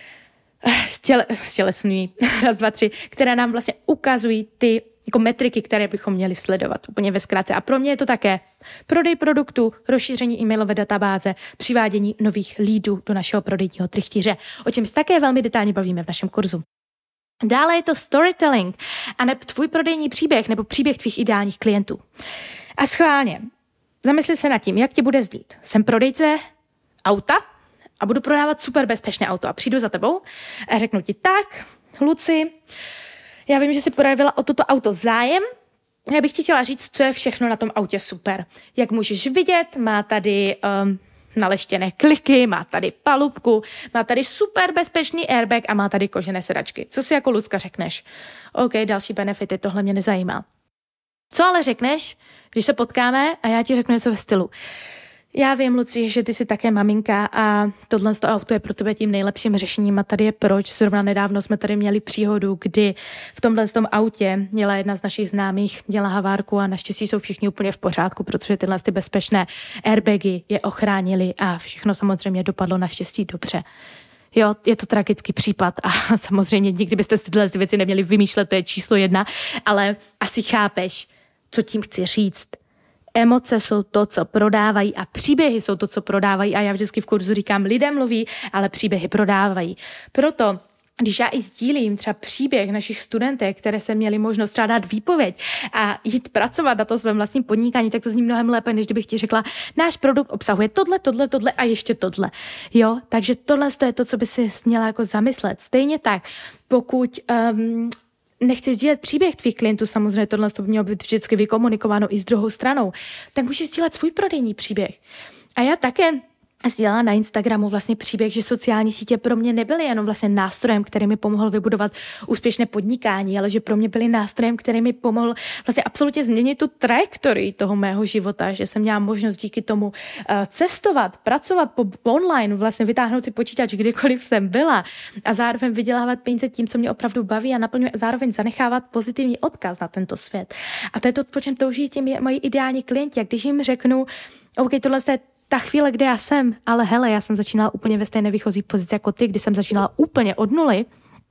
Speaker 1: stělesňují, které nám vlastně ukazují ty jako metriky, které bychom měli sledovat úplně ve zkratce. A pro mě je to také prodej produktu, rozšíření e-mailové databáze, přivádění nových leadů do našeho prodejního trychtýře, o čem se také velmi detailně bavíme v našem kurzu. Dále je to storytelling a ne tvůj prodejní příběh nebo příběh tvých ideálních klientů. A schválně, zamysli se nad tím, jak tě bude znít. Jsem prodejce auta a budu prodávat super bezpečné auto a přijdu za tebou a řeknu ti tak, Luci, já vím, že jsi projevila o toto auto zájem. Já bych ti chtěla říct, co je všechno na tom autě super. Jak můžeš vidět, má tady naleštěné kliky, má tady palubku, má tady super bezpečný airbag a má tady kožené sedačky. Co si jako Lucka řekneš? OK, další benefity, tohle mě nezajímá. Co ale řekneš, když se potkáme a já ti řeknu něco ve stylu? Já vím, Luci, že ty jsi také maminka a tohle auto je pro tebe tím nejlepším řešením a tady je proč. Zrovna nedávno jsme tady měli příhodu, kdy v tomhle autě měla jedna z našich známých, měla havárku a naštěstí jsou všichni úplně v pořádku, protože tyhle ty bezpečné airbagy je ochránily a všechno samozřejmě dopadlo naštěstí dobře. Jo, je to tragický případ a samozřejmě nikdy byste si tyhle věci neměli vymýšlet, to je číslo 1, ale asi chápeš, co tím chci říct. Emoce jsou to, co prodávají a příběhy jsou to, co prodávají a já vždycky v kurzu říkám, lidé mluví, ale příběhy prodávají. Proto, když já i sdílím třeba příběh našich studentek, které se měly možnost třeba dát výpověď a jít pracovat na to svém vlastním podnikání, tak to zní mnohem lépe, než kdybych ti řekla, náš produkt obsahuje tohle a ještě tohle. Jo, takže tohle je to, co by si měla jako zamyslet. Stejně tak, pokud nechci sdílet příběh tvých klientů, samozřejmě tohle by mělo být vždycky vykomunikováno i s druhou stranou, tak můžeš sdílet svůj prodejní příběh. A já také sdílela na Instagramu vlastně příběh, že sociální sítě pro mě nebyly jenom vlastně nástrojem, který mi pomohl vybudovat úspěšné podnikání, ale že pro mě byly nástrojem, který mi pomohl vlastně absolutně změnit tu trajektorii toho mého života, že jsem měla možnost díky tomu cestovat, pracovat online, vlastně vytáhnout si počítač, kdykoliv jsem byla a zároveň vydělávat peníze tím, co mě opravdu baví a naplňuje, zároveň zanechávat pozitivní odkaz na tento svět. A to je to, po čem touží ti moji ideální klienti. A když jim řeknu, OK, tohle je ta chvíle, kde já jsem, ale hele, já jsem začínala úplně ve stejné výchozí pozici jako ty, kdy jsem začínala úplně od nuly.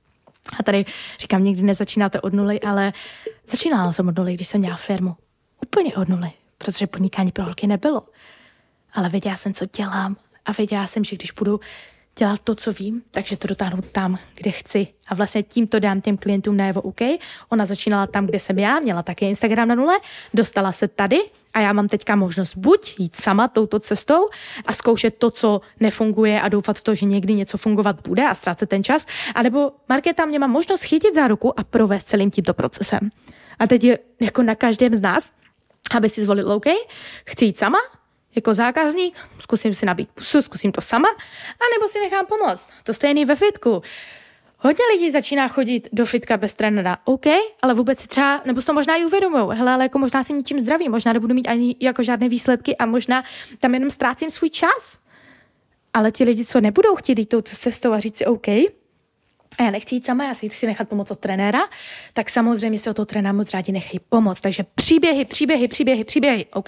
Speaker 1: A tady říkám, nikdy nezačínáte od nuly, ale začínala jsem od nuly, když jsem měla firmu. Úplně od nuly, protože podnikání pro holky nebylo. Ale věděla jsem, co dělám a věděla jsem, že když budu dělat to, co vím, takže to dotáhnu tam, kde chci. A vlastně tím to dám těm klientům najevo, OK, ona začínala tam, kde jsem já, měla také Instagram na nule, dostala se tady a já mám teďka možnost buď jít sama touto cestou a zkoušet to, co nefunguje a doufat v to, že někdy něco fungovat bude a ztrácet ten čas, anebo Markéta mě má možnost chytit za ruku a provést celým tímto procesem. A teď je jako na každém z nás, aby si zvolil, OK, chci jít sama, jako zákazník, zkusím si nabít pusu, zkusím to sama, anebo si nechám pomoct. To stejný ve fitku. Hodně lidí začíná chodit do fitka bez trenéra, OK, ale vůbec si třeba, nebo si to možná i uvědomujou, hele, ale jako možná si ničím zdraví, možná nebudu mít ani jako žádné výsledky a možná tam jenom ztrácím svůj čas. Ale ti lidi, co nebudou chtít jít touto cestou a říct si OK, a já nechci jít sama, já si chci nechat pomoct od trenéra, tak samozřejmě si od toho trenéra moc rádi nechají pomoct. Takže příběhy, OK?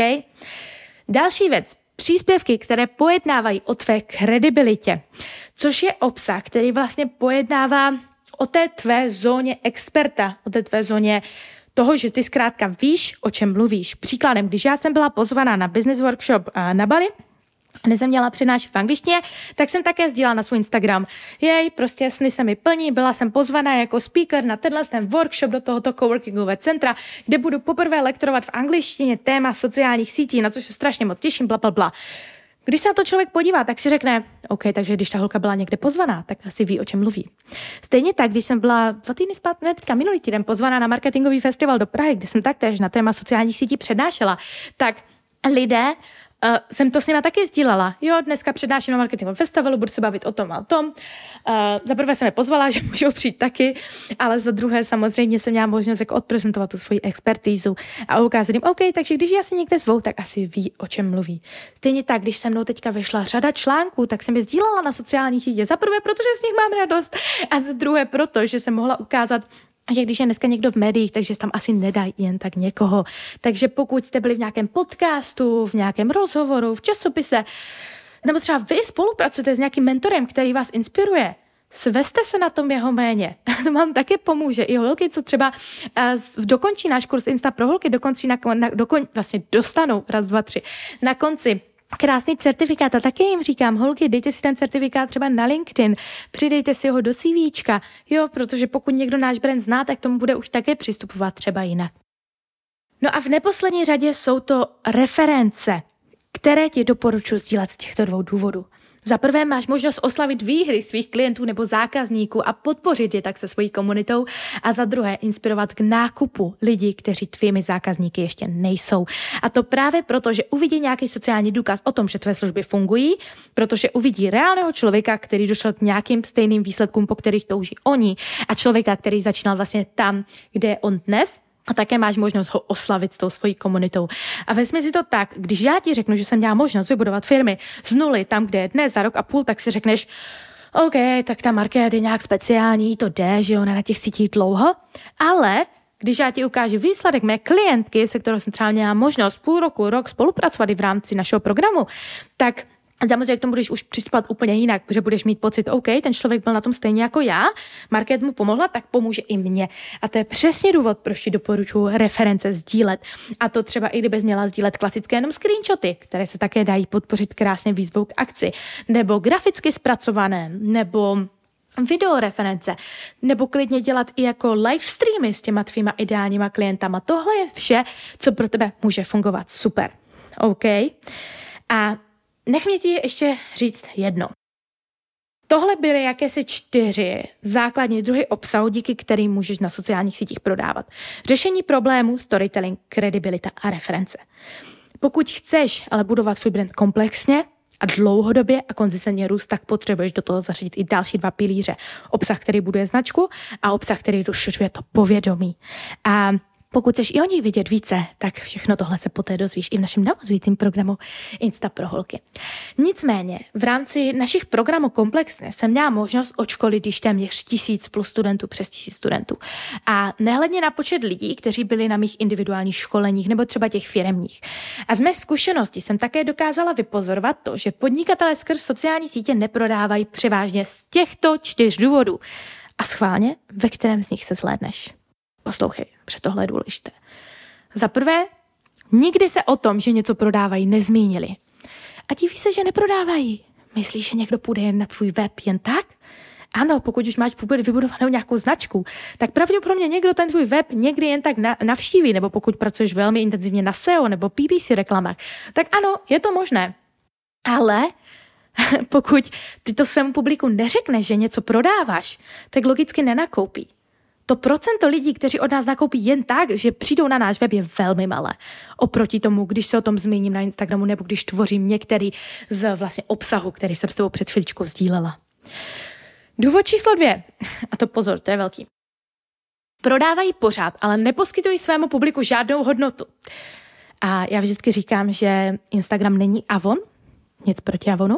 Speaker 1: Další věc, příspěvky, které pojednávají o tvé kredibilitě, což je obsah, který vlastně pojednává o té tvé zóně experta, o té tvé zóně toho, že ty zkrátka víš, o čem mluvíš. Příkladem, když já jsem byla pozvaná na business workshop na Bali, kde jsem měla přednášet v angličtině, tak jsem také sdílela na svůj Instagram. Prostě sny se mi plní, byla jsem pozvaná jako speaker na ten workshop do tohoto coworkingové centra, kde budu poprvé lektorovat v angličtině téma sociálních sítí, na což se strašně moc těším, blablabla. Když se na to člověk podívá, tak si řekne, OK, takže když ta holka byla někde pozvaná, tak asi ví, o čem mluví. Stejně tak, když jsem byla 2 týdny zpátky, minulý týden pozvaná na marketingový festival do Prahy, kde jsem taktéž na téma sociálních sítí přednášela, tak lidé jsem to s nima taky sdílela. Jo, dneska přednáším na marketingovém festivalu, budu se bavit o tom a o tom. Za prvé jsem je pozvala, že můžou přijít taky, ale za druhé samozřejmě jsem měla možnost jako odprezentovat tu svoji expertízu a ukázat jim, OK, takže když já si někde zvou, tak asi ví, o čem mluví. Stejně tak, když se mnou teďka vyšla řada článků, tak jsem je sdílela na sociálních sítích. Za prvé, protože z nich mám radost a za druhé, protože jsem mohla ukázat, že když je dneska někdo v médiích, takže tam asi nedají jen tak někoho. Takže pokud jste byli v nějakém podcastu, v nějakém rozhovoru, v časopise, nebo třeba vy spolupracujete s nějakým mentorem, který vás inspiruje, svezte se na tom jeho jméně. To vám taky pomůže. I holky, co třeba dokončí náš kurz Insta pro holky, vlastně dostanou na konci krásný certifikát a taky jim říkám, holky, dejte si ten certifikát třeba na LinkedIn, přidejte si ho do CVčka, jo, protože pokud někdo náš brand zná, tak tomu bude už také přistupovat třeba jinak. No a v neposlední řadě jsou to reference, které ti doporučuji sdílet z těchto 2 důvodů. Za prvé máš možnost oslavit výhry svých klientů nebo zákazníků a podpořit je tak se svojí komunitou a za druhé inspirovat k nákupu lidí, kteří tvými zákazníky ještě nejsou. A to právě proto, že uvidí nějaký sociální důkaz o tom, že tvé služby fungují, protože uvidí reálného člověka, který došel k nějakým stejným výsledkům, po kterých touží oni a člověka, který začínal vlastně tam, kde je on dnes. A také máš možnost ho oslavit s tou svojí komunitou. A vezmi si to tak, když já ti řeknu, že jsem měla možnost vybudovat firmy z nuly tam, kde je dnes, za rok a půl, tak si řekneš, OK, tak ta market je nějak speciální, to jde, že ona na těch sítích dlouho, ale když já ti ukážu výsledek mé klientky, se kterou jsem třeba měla možnost půl roku, rok spolupracovat i v rámci našeho programu, tak samozřejmě k tomu budeš už přistupovat úplně jinak, protože budeš mít pocit, OK, ten člověk byl na tom stejně jako já, market mu pomohla, tak pomůže i mně. A to je přesně důvod, proč ti doporučuji reference sdílet. A to třeba i kdybys měla sdílet klasické jenom screenshoty, které se také dají podpořit krásně výzvou k akci, nebo graficky zpracované, nebo videoreference, nebo klidně dělat i jako live streamy s těma tvýma ideálníma klientama. Tohle je vše, co pro tebe může fungovat super. OK? A nech mě ti ještě říct jedno. Tohle byly jakési 4 základní druhy obsahu, díky kterým můžeš na sociálních sítích prodávat. Řešení problémů, storytelling, kredibilita a reference. Pokud chceš ale budovat svůj brand komplexně a dlouhodobě a konzistentně růst, tak potřebuješ do toho zařadit i další 2 pilíře. Obsah, který buduje značku a obsah, který rozšiřuje to povědomí. A pokud chceš i o nich vidět více, tak všechno tohle se poté dozvíš i v našem navazujícím programu Insta pro holky. Nicméně, v rámci našich programů komplexně jsem měla možnost odškolit již téměř 1000 plus studentů, přes 1000 studentů. A nehledně na počet lidí, kteří byli na mých individuálních školeních nebo třeba těch firemních. A z mé zkušenosti jsem také dokázala vypozorovat to, že podnikatelé skrz sociální sítě neprodávají převážně z těchto 4 důvodů. A schválně, ve kterém z nich se zhlédneš. Poslouchej, protože tohle je důležité. Za prvé, nikdy se o tom, že něco prodávají, nezmínili. A diví se, že neprodávají. Myslíš, že někdo půjde jen na tvůj web jen tak? Ano, pokud už máš vybudovanou nějakou značku, tak pravděpodobně někdo ten tvůj web někdy jen tak navštíví, nebo pokud pracuješ velmi intenzivně na SEO nebo PPC reklamách, tak ano, je to možné. Ale pokud ty to svému publiku neřekneš, že něco prodáváš, tak logicky nenakoupí. To procento lidí, kteří od nás nakoupí jen tak, že přijdou na náš web, je velmi malé. Oproti tomu, když se o tom zmíním na Instagramu nebo když tvořím některý z vlastně obsahu, který jsem s tebou před chviličkou sdílela. Důvod číslo 2, a to pozor, to je velký. Prodávají pořád, ale neposkytují svému publiku žádnou hodnotu. A já vždycky říkám, že Instagram není Avon, nic proti Avonu,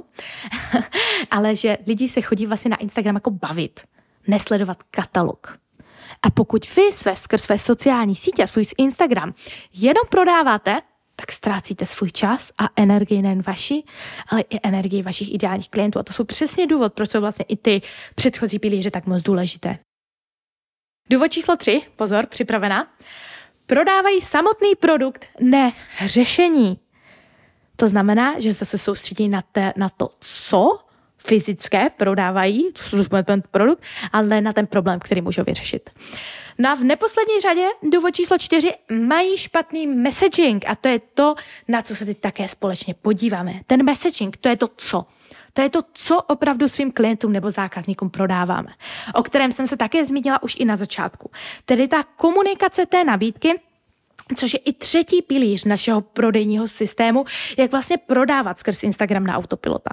Speaker 1: ale že lidi se chodí vlastně na Instagram jako bavit, nesledovat katalog. A pokud vy skrz své sociální sítě a svůj Instagram jenom prodáváte, tak ztrácíte svůj čas a energii nejen vaši, ale i energii vašich ideálních klientů. A to jsou přesně důvod, proč jsou vlastně i ty předchozí pilíře tak moc důležité. Důvod číslo 3, pozor, připravená. Prodávají samotný produkt, ne řešení. To znamená, že se soustředí na to, co fyzické prodávají produkt, ale ne na ten problém, který můžou vyřešit. No a v neposlední řadě důvod číslo 4, mají špatný messaging a to je to, na co se teď také společně podíváme. Ten messaging, to je to co. To je to, co opravdu svým klientům nebo zákazníkům prodáváme, o kterém jsem se také zmínila už i na začátku. Tedy ta komunikace té nabídky což je i třetí pilíř našeho prodejního systému, jak vlastně prodávat skrz Instagram na autopilota.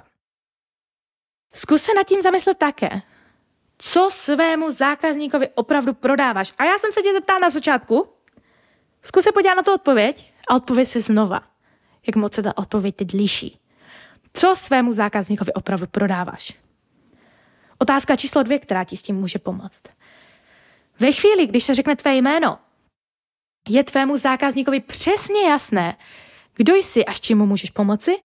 Speaker 1: Zkus se nad tím zamyslet také, co svému zákazníkovi opravdu prodáváš. A já jsem se tě zeptala na začátku, zkus se podívat na tu odpověď a odpověď si znova, jak moc se ta odpověď teď liší. Co svému zákazníkovi opravdu prodáváš? Otázka číslo 2, která ti s tím může pomoct. Ve chvíli, když se řekne tvé jméno, je tvému zákazníkovi přesně jasné, kdo jsi a s čím mu můžeš pomoci?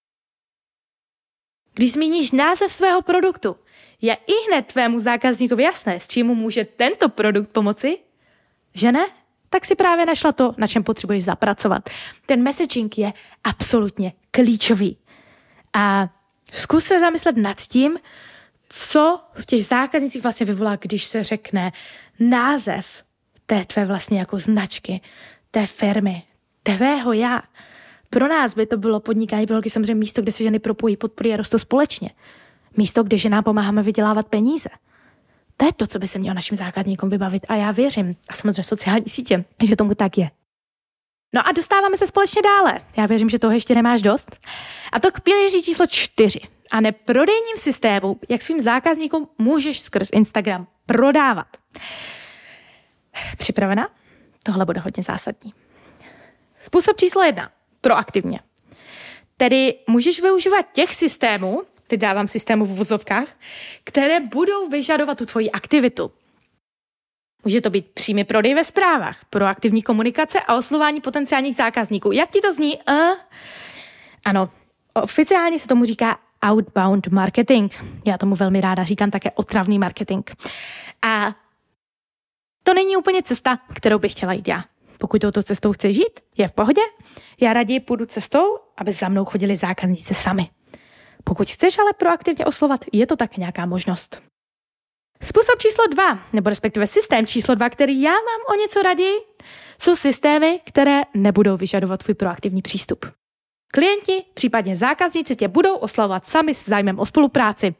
Speaker 1: Když zmíníš název svého produktu, je ihned tvému zákazníkovi jasné, s čím mu může tento produkt pomoci? Že ne? Tak si právě našla to, na čem potřebuješ zapracovat. Ten messaging je absolutně klíčový. A zkus se zamyslet nad tím, co v těch zákaznicích vlastně vyvolá, když se řekne název té tvé vlastně jako značky, té firmy, tvého já. Pro nás by to bylo podnikání pro holky samozřejmě místo, kde se ženy propojí, podporují a rostou společně. Místo, kde ženám pomáháme vydělávat peníze. To je to, co by se mělo našim zákazníkům vybavit a já věřím, a samozřejmě sociální sítě, že tomu tak je. No a dostáváme se společně dále. Já věřím, že toho ještě nemáš dost. A to k pilíři číslo 4. A neprodejním systému, jak svým zákazníkům můžeš skrz Instagram prodávat. Připravena? Tohle bude hodně zásadní. Způsob číslo 1. Proaktivně. Tedy můžeš využívat těch systémů, teď dávám systému v uvozovkách, které budou vyžadovat tu tvoji aktivitu. Může to být přímý prodej ve zprávách, proaktivní komunikace a oslovování potenciálních zákazníků. Jak ti to zní? Ano, oficiálně se tomu říká outbound marketing. Já tomu velmi ráda říkám také otravný marketing. A to není úplně cesta, kterou bych chtěla jít já. Pokud touto cestou chceš žít, je v pohodě. Já raději půjdu cestou, aby za mnou chodili zákazníci sami. Pokud chceš ale proaktivně oslovat, je to tak nějaká možnost. Způsob číslo 2, nebo respektive systém číslo 2, který já mám o něco raději, jsou systémy, které nebudou vyžadovat tvůj proaktivní přístup. Klienti, případně zákazníci tě budou oslavovat sami s zájmem o spolupráci.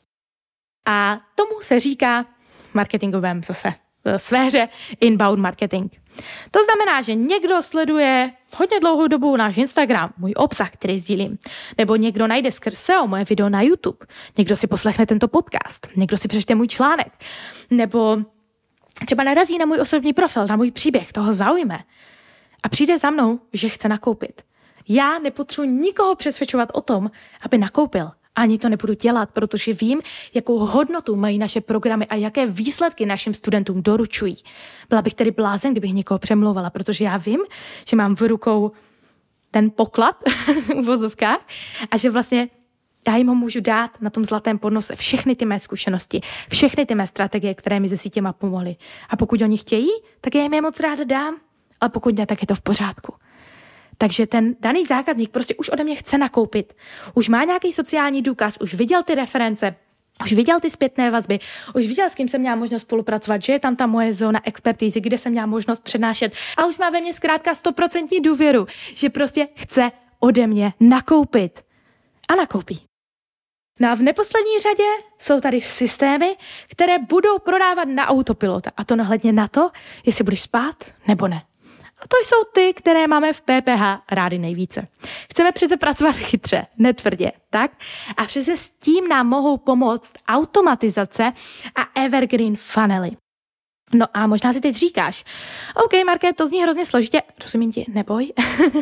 Speaker 1: A tomu se říká marketingovém sféře inbound marketing. To znamená, že někdo sleduje hodně dlouhou dobu náš Instagram, můj obsah, který sdílím, nebo někdo najde skrz SEO moje video na YouTube, někdo si poslechne tento podcast, někdo si přečte můj článek, nebo třeba narazí na můj osobní profil, na můj příběh, toho zaujme a přijde za mnou, že chce nakoupit. Já nepotřebuji nikoho přesvědčovat o tom, aby nakoupil. Ani to nebudu dělat, protože vím, jakou hodnotu mají naše programy a jaké výsledky našim studentům doručují. Byla bych tedy blázen, kdybych někoho přemlouvala, protože já vím, že mám v rukou ten poklad v vozovkách a že vlastně já jim ho můžu dát na tom zlatém podnose všechny ty mé zkušenosti, všechny ty mé strategie, které mi se sítěma pomohly. A pokud oni chtějí, tak já jim je moc ráda dám, ale pokud ne, tak je to v pořádku. Takže ten daný zákazník prostě už ode mě chce nakoupit. Už má nějaký sociální důkaz, už viděl ty reference, už viděl ty zpětné vazby, už viděl, s kým jsem měla možnost spolupracovat, že je tam ta moje zóna expertízy, kde jsem měla možnost přednášet a už má ve mně zkrátka 100% důvěru, že prostě chce ode mě nakoupit. A nakoupí. No a v neposlední řadě jsou tady systémy, které budou prodávat na autopilota a to nahledně na to, jestli budeš spát nebo ne. A to jsou ty, které máme v PPH rádi nejvíce. Chceme přece pracovat chytře, netvrdě, tak? A přece s tím nám mohou pomoct automatizace a evergreen funnely. No a možná si teď říkáš, OK, Marké, to zní hrozně složitě, rozumím ti, neboj.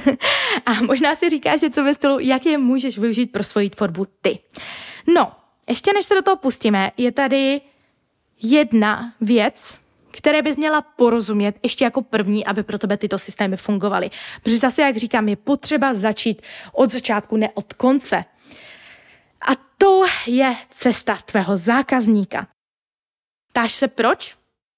Speaker 1: A možná si říkáš něco ve stylu, jak je můžeš využít pro svoji tvorbu ty. No, ještě než se do toho pustíme, je tady jedna věc, které bys měla porozumět ještě jako první, aby pro tebe tyto systémy fungovaly. Protože zase, jak říkám, je potřeba začít od začátku, ne od konce. A to je cesta tvého zákazníka. Ptáš se proč?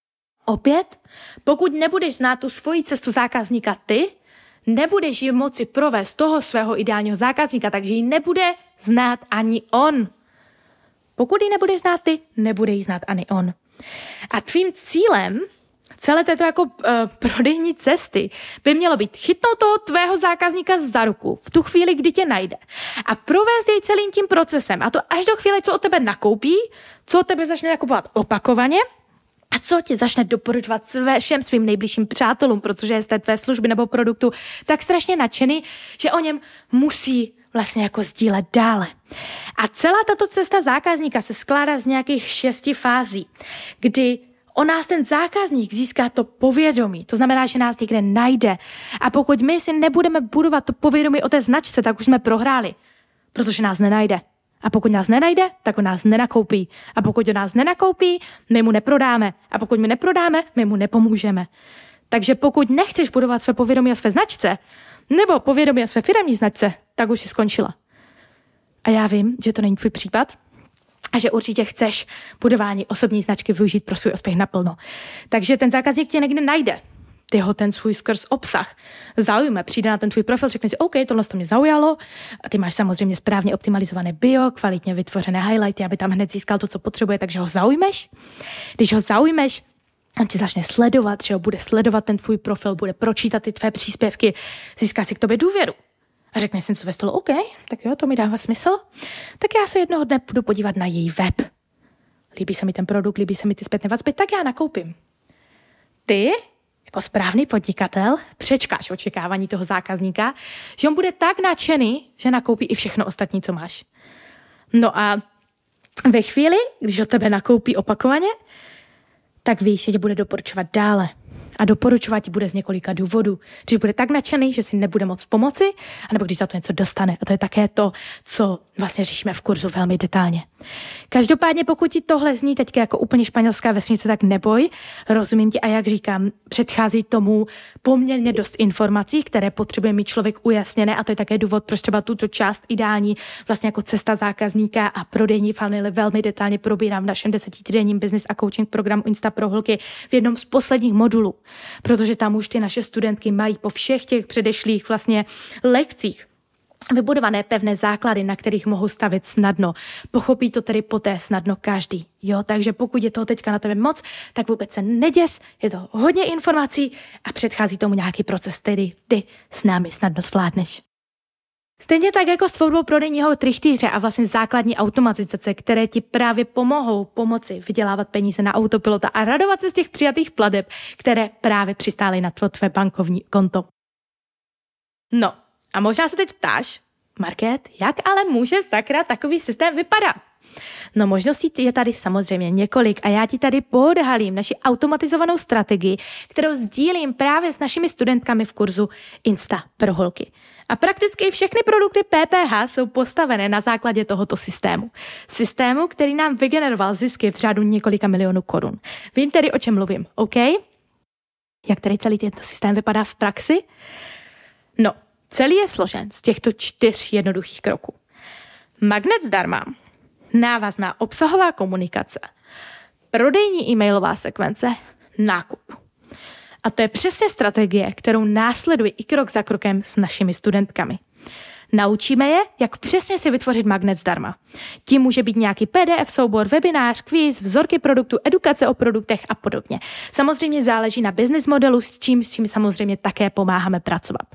Speaker 1: Opět, pokud nebudeš znát tu svoji cestu zákazníka ty, nebudeš ji moci provést toho svého ideálního zákazníka, takže ji nebude znát ani on. Pokud ji nebudeš znát ty, nebude ji znát ani on. A tvým cílem celé této jako prodejní cesty by mělo být chytnout toho tvého zákazníka za ruku v tu chvíli, kdy tě najde a provést jej celým tím procesem a to až do chvíle, co od tebe nakoupí, co od tebe začne nakupovat opakovaně A co tě začne doporučovat všem svým nejbližším přátelům, protože je z té tvé služby nebo produktu tak strašně nadšený, že o něm musí vlastně jako sdílet dále. A celá tato cesta zákazníka se skládá z nějakých 6 fází, kdy o nás ten zákazník získá to povědomí. To znamená, že nás někde najde. A pokud my si nebudeme budovat to povědomí o té značce, tak už jsme prohráli, protože nás nenajde. A pokud nás nenajde, tak on nás nenakoupí. A pokud on nás nenakoupí, my mu neprodáme. A pokud my neprodáme, my mu nepomůžeme. Takže pokud nechceš budovat své povědomí o své značce, nebo povědomí o své firemní značce, tak už si skončila. A já vím, že to není tvůj případ a že určitě chceš budování osobní značky využít pro svůj úspěch naplno. Takže ten zákazník tě někde najde. Ty ho ten svůj skrz obsah zaujme, přijde na ten tvůj profil, řekne si, OK, tohle to mě zaujalo, a ty máš samozřejmě správně optimalizované bio, kvalitně vytvořené highlighty, aby tam hned získal to, co potřebuje, takže ho zaujmeš. Když ho zaujmeš, on ti začne sledovat, že ho bude sledovat ten tvůj profil, bude pročítat ty tvé příspěvky, získá si k tobě důvěru. A řekne si něco ve stylu, OK, tak jo, to mi dává smysl, tak já se jednoho dne půjdu podívat na její web. Líbí se mi ten produkt, líbí se mi ty zpětné vazby, tak já nakoupím. Ty jako správný podnikatel přečkáš očekávání toho zákazníka, že on bude tak nadšený, že nakoupí i všechno ostatní, co máš. No a ve chvíli, když od tebe nakoupí opakovaně, tak víš, že tě bude doporučovat dále. A doporučovat ti bude z několika důvodů. Když bude tak nadšený, že si nebude moc pomoci, anebo když za to něco dostane. A to je také to, co vlastně řešíme v kurzu velmi detailně. Každopádně, pokud ti tohle zní teď jako úplně španělská vesnice, tak neboj. Rozumím ti a jak říkám, předchází tomu poměrně dost informací, které potřebuje mít člověk ujasněné, a to je také důvod, proč třeba tuto část ideální vlastně jako cesta zákazníka a prodejní funnely velmi detailně probírám v našem 10týdenním business a coaching programu Insta pro holky v jednom z posledních modulů. Protože tam už ty naše studentky mají po všech těch předešlých vlastně lekcích vybudované pevné základy, na kterých mohou stavit snadno. Pochopí to tedy poté snadno každý. Jo, takže pokud je toho teďka na tebe moc, tak vůbec se neděs, je to hodně informací a předchází tomu nějaký proces, který ty s námi snadno zvládneš. Stejně tak jako s tvorbou prodejního trichtýře a vlastně základní automatizace, které ti právě pomohou pomoci vydělávat peníze na autopilota a radovat se z těch přijatých plateb, které právě přistály na tvé bankovní konto. No a možná se teď ptáš, Market, jak ale může sakra takový systém vypadat? No možností je tady samozřejmě několik a já ti tady poodhalím naši automatizovanou strategii, kterou sdílím právě s našimi studentkami v kurzu Insta pro holky. A prakticky všechny produkty PPH jsou postavené na základě tohoto systému. Systému, který nám vygeneroval zisky v řádu několika milionů korun. Vím tedy, o čem mluvím, OK? Jak tady celý tento systém vypadá v praxi? No, celý je složen z těchto 4 jednoduchých kroků. Magnet zdarma, návazná obsahová komunikace, prodejní e-mailová sekvence, nákup. A to je přesně strategie, kterou následuji i krok za krokem s našimi studentkami. Naučíme je, jak přesně si vytvořit magnet zdarma. Tím může být nějaký PDF soubor, webinář, kvíz, vzorky produktu, edukace o produktech a podobně. Samozřejmě záleží na business modelu, s čím samozřejmě také pomáháme pracovat.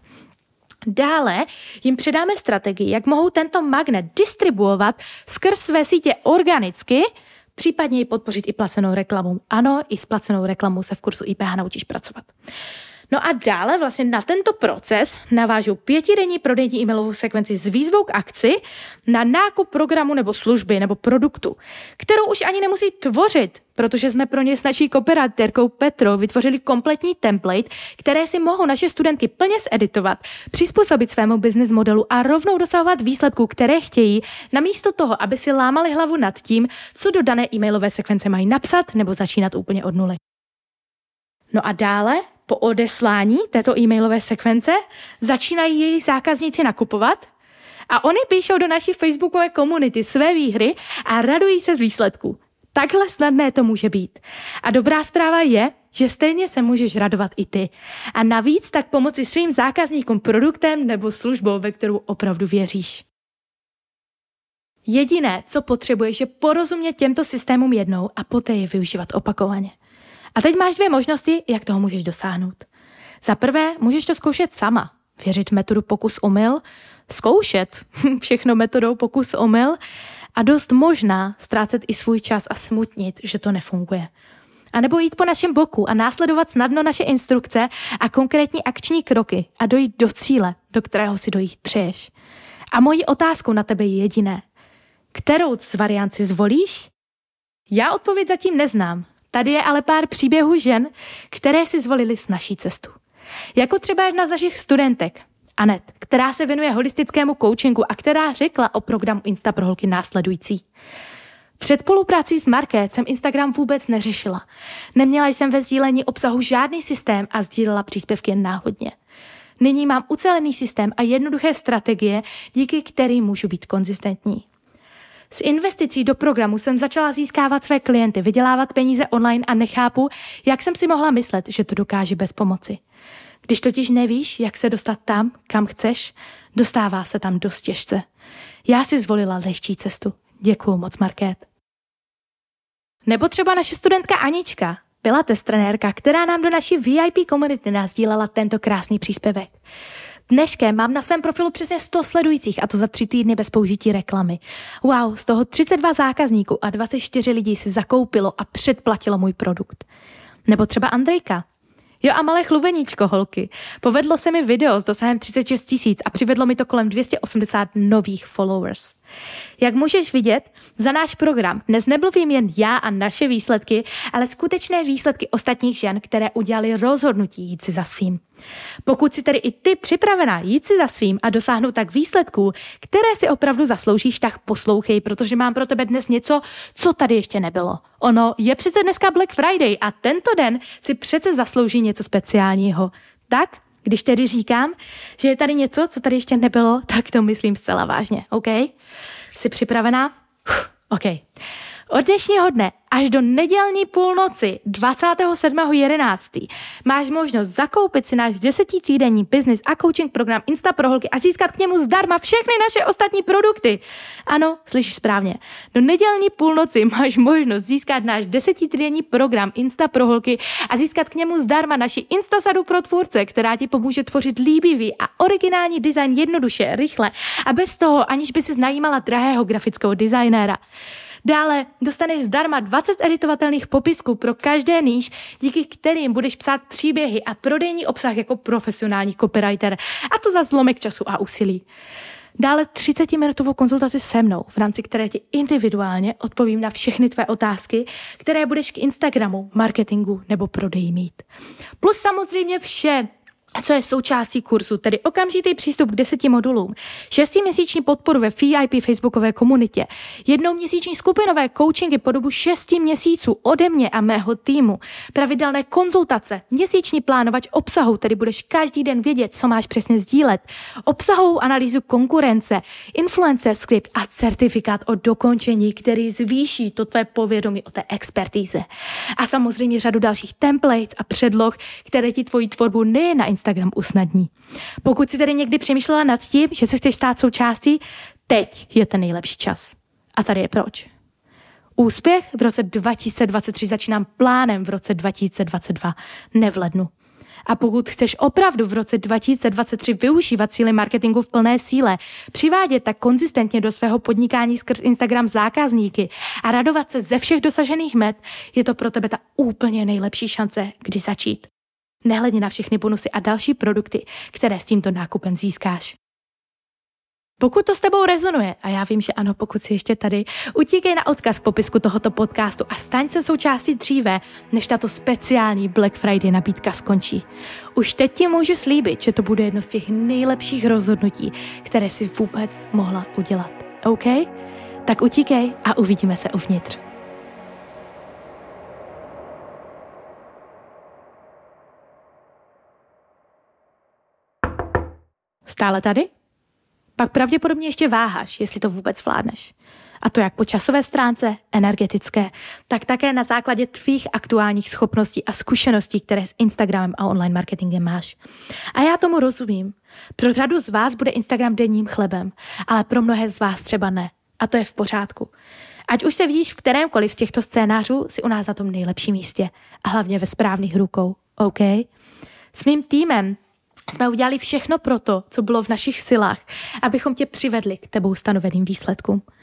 Speaker 1: Dále jim předáme strategii, jak mohou tento magnet distribuovat skrz své sítě organicky, případně ji podpořit i placenou reklamou. Ano, i s placenou reklamou se v kurzu IPH naučíš pracovat. No a dále vlastně na tento proces navážou 5denní prodejní e-mailovou sekvenci s výzvou k akci na nákup programu nebo služby nebo produktu, kterou už ani nemusí tvořit, protože jsme pro ně s naší copywriterkou Petrou vytvořili kompletní template, které si mohou naše studentky plně zeditovat, přizpůsobit svému business modelu a rovnou dosahovat výsledků, které chtějí, namísto toho, aby si lámali hlavu nad tím, co do dané e-mailové sekvence mají napsat nebo začínat úplně od nuly. No a dále po odeslání této e-mailové sekvence začínají její zákazníci nakupovat a oni píšou do naší facebookové komunity své výhry a radují se z výsledků. Takhle snadné to může být. A dobrá zpráva je, že stejně se můžeš radovat i ty. A navíc tak pomoci svým zákazníkům produktem nebo službou, ve kterou opravdu věříš. Jediné, co potřebuješ, je porozumět těmto systémům jednou a poté je využívat opakovaně. A teď máš 2 možnosti, jak toho můžeš dosáhnout. Za prvé, můžeš to zkoušet sama. Věřit v metodu pokus-omyl, zkoušet všechno metodou pokus-omyl a dost možná ztrácet i svůj čas a smutnit, že to nefunguje. A nebo jít po našem boku a následovat snadno naše instrukce a konkrétní akční kroky a dojít do cíle, do kterého si dojít přeješ. A mojí otázkou na tebe je jediné. Kterou z variant si zvolíš? Já odpověď zatím neznám. Tady je ale pár příběhů žen, které si zvolily snazší cestu. Jako třeba jedna z našich studentek, Anet, která se věnuje holistickému coachingu a která řekla o programu Insta pro holky následující. Před spoluprací s Market jsem Instagram vůbec neřešila. Neměla jsem ve sdílení obsahu žádný systém a sdílela příspěvky jen náhodně. Nyní mám ucelený systém a jednoduché strategie, díky kterým můžu být konzistentní. S investicí do programu jsem začala získávat své klienty, vydělávat peníze online a nechápu, jak jsem si mohla myslet, že to dokáže bez pomoci. Když totiž nevíš, jak se dostat tam, kam chceš, dostává se tam dost těžce. Já si zvolila lehčí cestu. Děkuju moc, Market. Nebo třeba naše studentka Anička, pilates trenérka, která nám do naší VIP komunity nasdílela tento krásný příspěvek. Dneškem mám na svém profilu přesně 100 sledujících a to za 3 týdny bez použití reklamy. Wow, z toho 32 zákazníků a 24 lidí si zakoupilo a předplatilo můj produkt. Nebo třeba Andrejka. Jo a malé chlubeníčko, holky. Povedlo se mi video s dosahem 36 000 a přivedlo mi to kolem 280 nových followers. Jak můžeš vidět, za náš program dnes nemluvím jen já a naše výsledky, ale skutečné výsledky ostatních žen, které udělali rozhodnutí jít si za svým. Pokud si tedy i ty připravená jít si za svým a dosáhnout tak výsledků, které si opravdu zasloužíš, tak poslouchej, protože mám pro tebe dnes něco, co tady ještě nebylo. Ono je přece dneska Black Friday a tento den si přece zaslouží něco speciálního. Tak, když tedy říkám, že je tady něco, co tady ještě nebylo, tak to myslím zcela vážně, OK? Jsi připravená? OK. Od dnešního dne až do nedělní půlnoci 27.11. máš možnost zakoupit si náš 10týdenní business a coaching program Insta pro holky a získat k němu zdarma všechny naše ostatní produkty. Ano, slyšíš správně. Do nedělní půlnoci máš možnost získat náš 10týdenní program Insta pro holky a získat k němu zdarma naši Insta sadu pro tvůrce, která ti pomůže tvořit líbivý a originální design jednoduše, rychle a bez toho, aniž by si najímala drahého grafického designéra. Dále dostaneš zdarma 20 editovatelných popisků pro každé níž, díky kterým budeš psát příběhy a prodejní obsah jako profesionální copywriter, a to za zlomek času a úsilí. Dále 30-minutovou konzultaci se mnou, v rámci které ti individuálně odpovím na všechny tvé otázky, které budeš k Instagramu, marketingu nebo prodeji mít. Plus samozřejmě vše, co je součástí kurzu, tedy okamžitý přístup k 10 modulům, 6měsíční podporu ve VIP facebookové komunitě, 1měsíční skupinové coachingy po dobu 6 měsíců ode mě a mého týmu, pravidelné konzultace, měsíční plánovač obsahu, tedy budeš každý den vědět, co máš přesně sdílet, obsahovou analýzu konkurence, influencer script a certifikát o dokončení, který zvýší to tvé povědomí o té expertíze. A samozřejmě řadu dalších templates a předloh, které ti tvoji tvorbu nejen na Instagram usnadní. Pokud si tedy někdy přemýšlela nad tím, že se chceš stát součástí, teď je ten nejlepší čas. A tady je proč. Úspěch v roce 2023 začínám plánem v roce 2022, ne v lednu. A pokud chceš opravdu v roce 2023 využívat síly marketingu v plné síle, přivádět tak konzistentně do svého podnikání skrz Instagram zákazníky a radovat se ze všech dosažených met, je to pro tebe ta úplně nejlepší šance, kdy začít. Nehledě na všechny bonusy a další produkty, které s tímto nákupem získáš. Pokud to s tebou rezonuje, a já vím, že ano, pokud jsi ještě tady, utíkej na odkaz v popisku tohoto podcastu a staň se součástí dříve, než tato speciální Black Friday nabídka skončí. Už teď ti můžu slíbit, že to bude jedno z těch nejlepších rozhodnutí, které si vůbec mohla udělat. OK? Tak utíkej a uvidíme se uvnitř. Stále tady? Pak pravděpodobně ještě váháš, jestli to vůbec zvládneš. A to jak po časové stránce, energetické, tak také na základě tvých aktuálních schopností a zkušeností, které s Instagramem a online marketingem máš. A já tomu rozumím. Pro řadu z vás bude Instagram denním chlebem, ale pro mnohé z vás třeba ne. A to je v pořádku. Ať už se vidíš v kterémkoliv z těchto scénářů, si u nás na tom nejlepším místě. A hlavně ve správných rukou. OK? S mým týmem jsme udělali všechno pro to, co bylo v našich silách, abychom tě přivedli k tebou stanoveným výsledkům.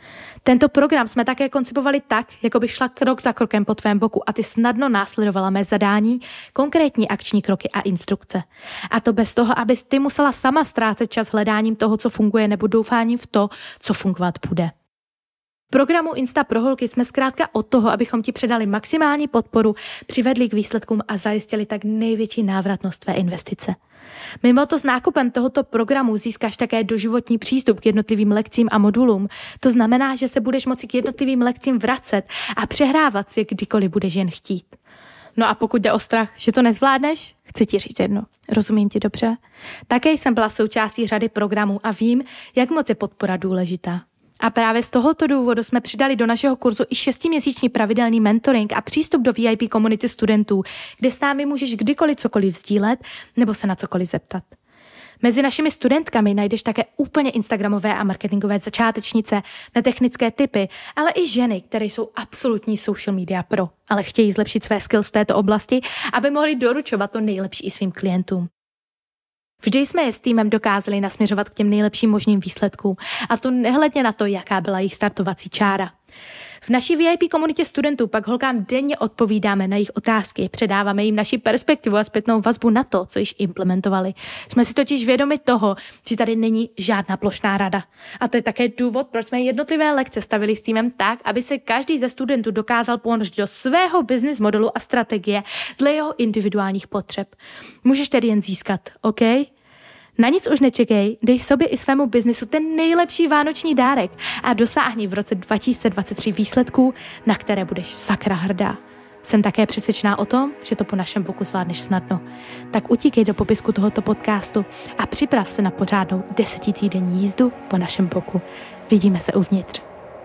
Speaker 1: Tento program jsme také koncipovali tak, jako by šla krok za krokem po tvém boku a ty snadno následovala mé zadání, konkrétní akční kroky a instrukce. A to bez toho, abys ty musela sama ztrácet čas hledáním toho, co funguje, nebo doufáním v to, co fungovat bude. V programu Insta pro holky jsme zkrátka od toho, abychom ti předali maximální podporu, přivedli k výsledkům a zajistili tak největší návratnost tvé investice. Mimo to s nákupem tohoto programu získáš také doživotní přístup k jednotlivým lekcím a modulům. To znamená, že se budeš moci k jednotlivým lekcím vracet a přehrávat si, kdykoliv budeš jen chtít. No a pokud jde o strach, že to nezvládneš, chci ti říct jedno. Rozumím ti dobře? Také jsem byla součástí řady programů a vím, jak moc je podpora důležitá. A právě z tohoto důvodu jsme přidali do našeho kurzu i 6měsíční pravidelný mentoring a přístup do VIP komunity studentů, kde s námi můžeš kdykoliv cokoliv sdílet nebo se na cokoliv zeptat. Mezi našimi studentkami najdeš také úplně instagramové a marketingové začátečnice, netechnické tipy, ale i ženy, které jsou absolutní social media pro, ale chtějí zlepšit své skills v této oblasti, aby mohli doručovat to nejlepší i svým klientům. Vždy jsme je s týmem dokázali nasměřovat k těm nejlepším možným výsledkům, a to nehledně na to, jaká byla jejich startovací čára. V naší VIP komunitě studentů pak holkám denně odpovídáme na jejich otázky, předáváme jim naši perspektivu a zpětnou vazbu na to, co již implementovali. Jsme si totiž vědomi toho, že tady není žádná plošná rada. A to je také důvod, proč jsme jednotlivé lekce stavili s týmem tak, aby se každý ze studentů dokázal ponořit do svého business modelu a strategie dle jeho individuálních potřeb. Můžeš tedy jen získat, OK? Na nic už nečekej, dej sobě i svému biznesu ten nejlepší vánoční dárek a dosáhni v roce 2023 výsledků, na které budeš sakra hrdá. Jsem také přesvědčená o tom, že to po našem boku zvládneš snadno. Tak utíkej do popisku tohoto podcastu a připrav se na pořádnou 10týdenní jízdu po našem boku. Vidíme se uvnitř.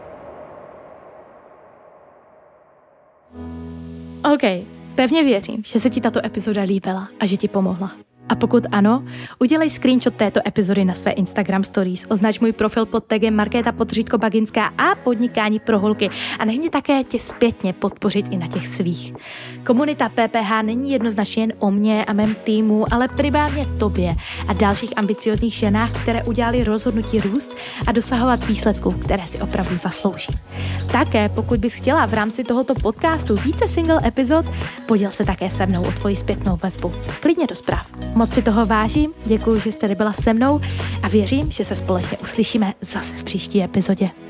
Speaker 1: OK, pevně věřím, že se ti tato epizoda líbila a že ti pomohla. A pokud ano, udělej screenshot této epizody na své Instagram stories, označ můj profil pod tagem Markéta_Baginská a podnikání pro holky a nech mě také tě zpětně podpořit i na těch svých. Komunita PPH není jednoznačně jen o mně a mém týmu, ale primárně tobě a dalších ambiciózních ženách, které udělali rozhodnutí růst a dosahovat výsledků, které si opravdu zaslouží. Také pokud bys chtěla v rámci tohoto podcastu více single epizod, poděl se také se mnou o tvoji zpětnou vazbu. Klidně do zpráv. Moc si toho vážím, děkuji, že jste tady byla se mnou a věřím, že se společně uslyšíme zase v příští epizodě.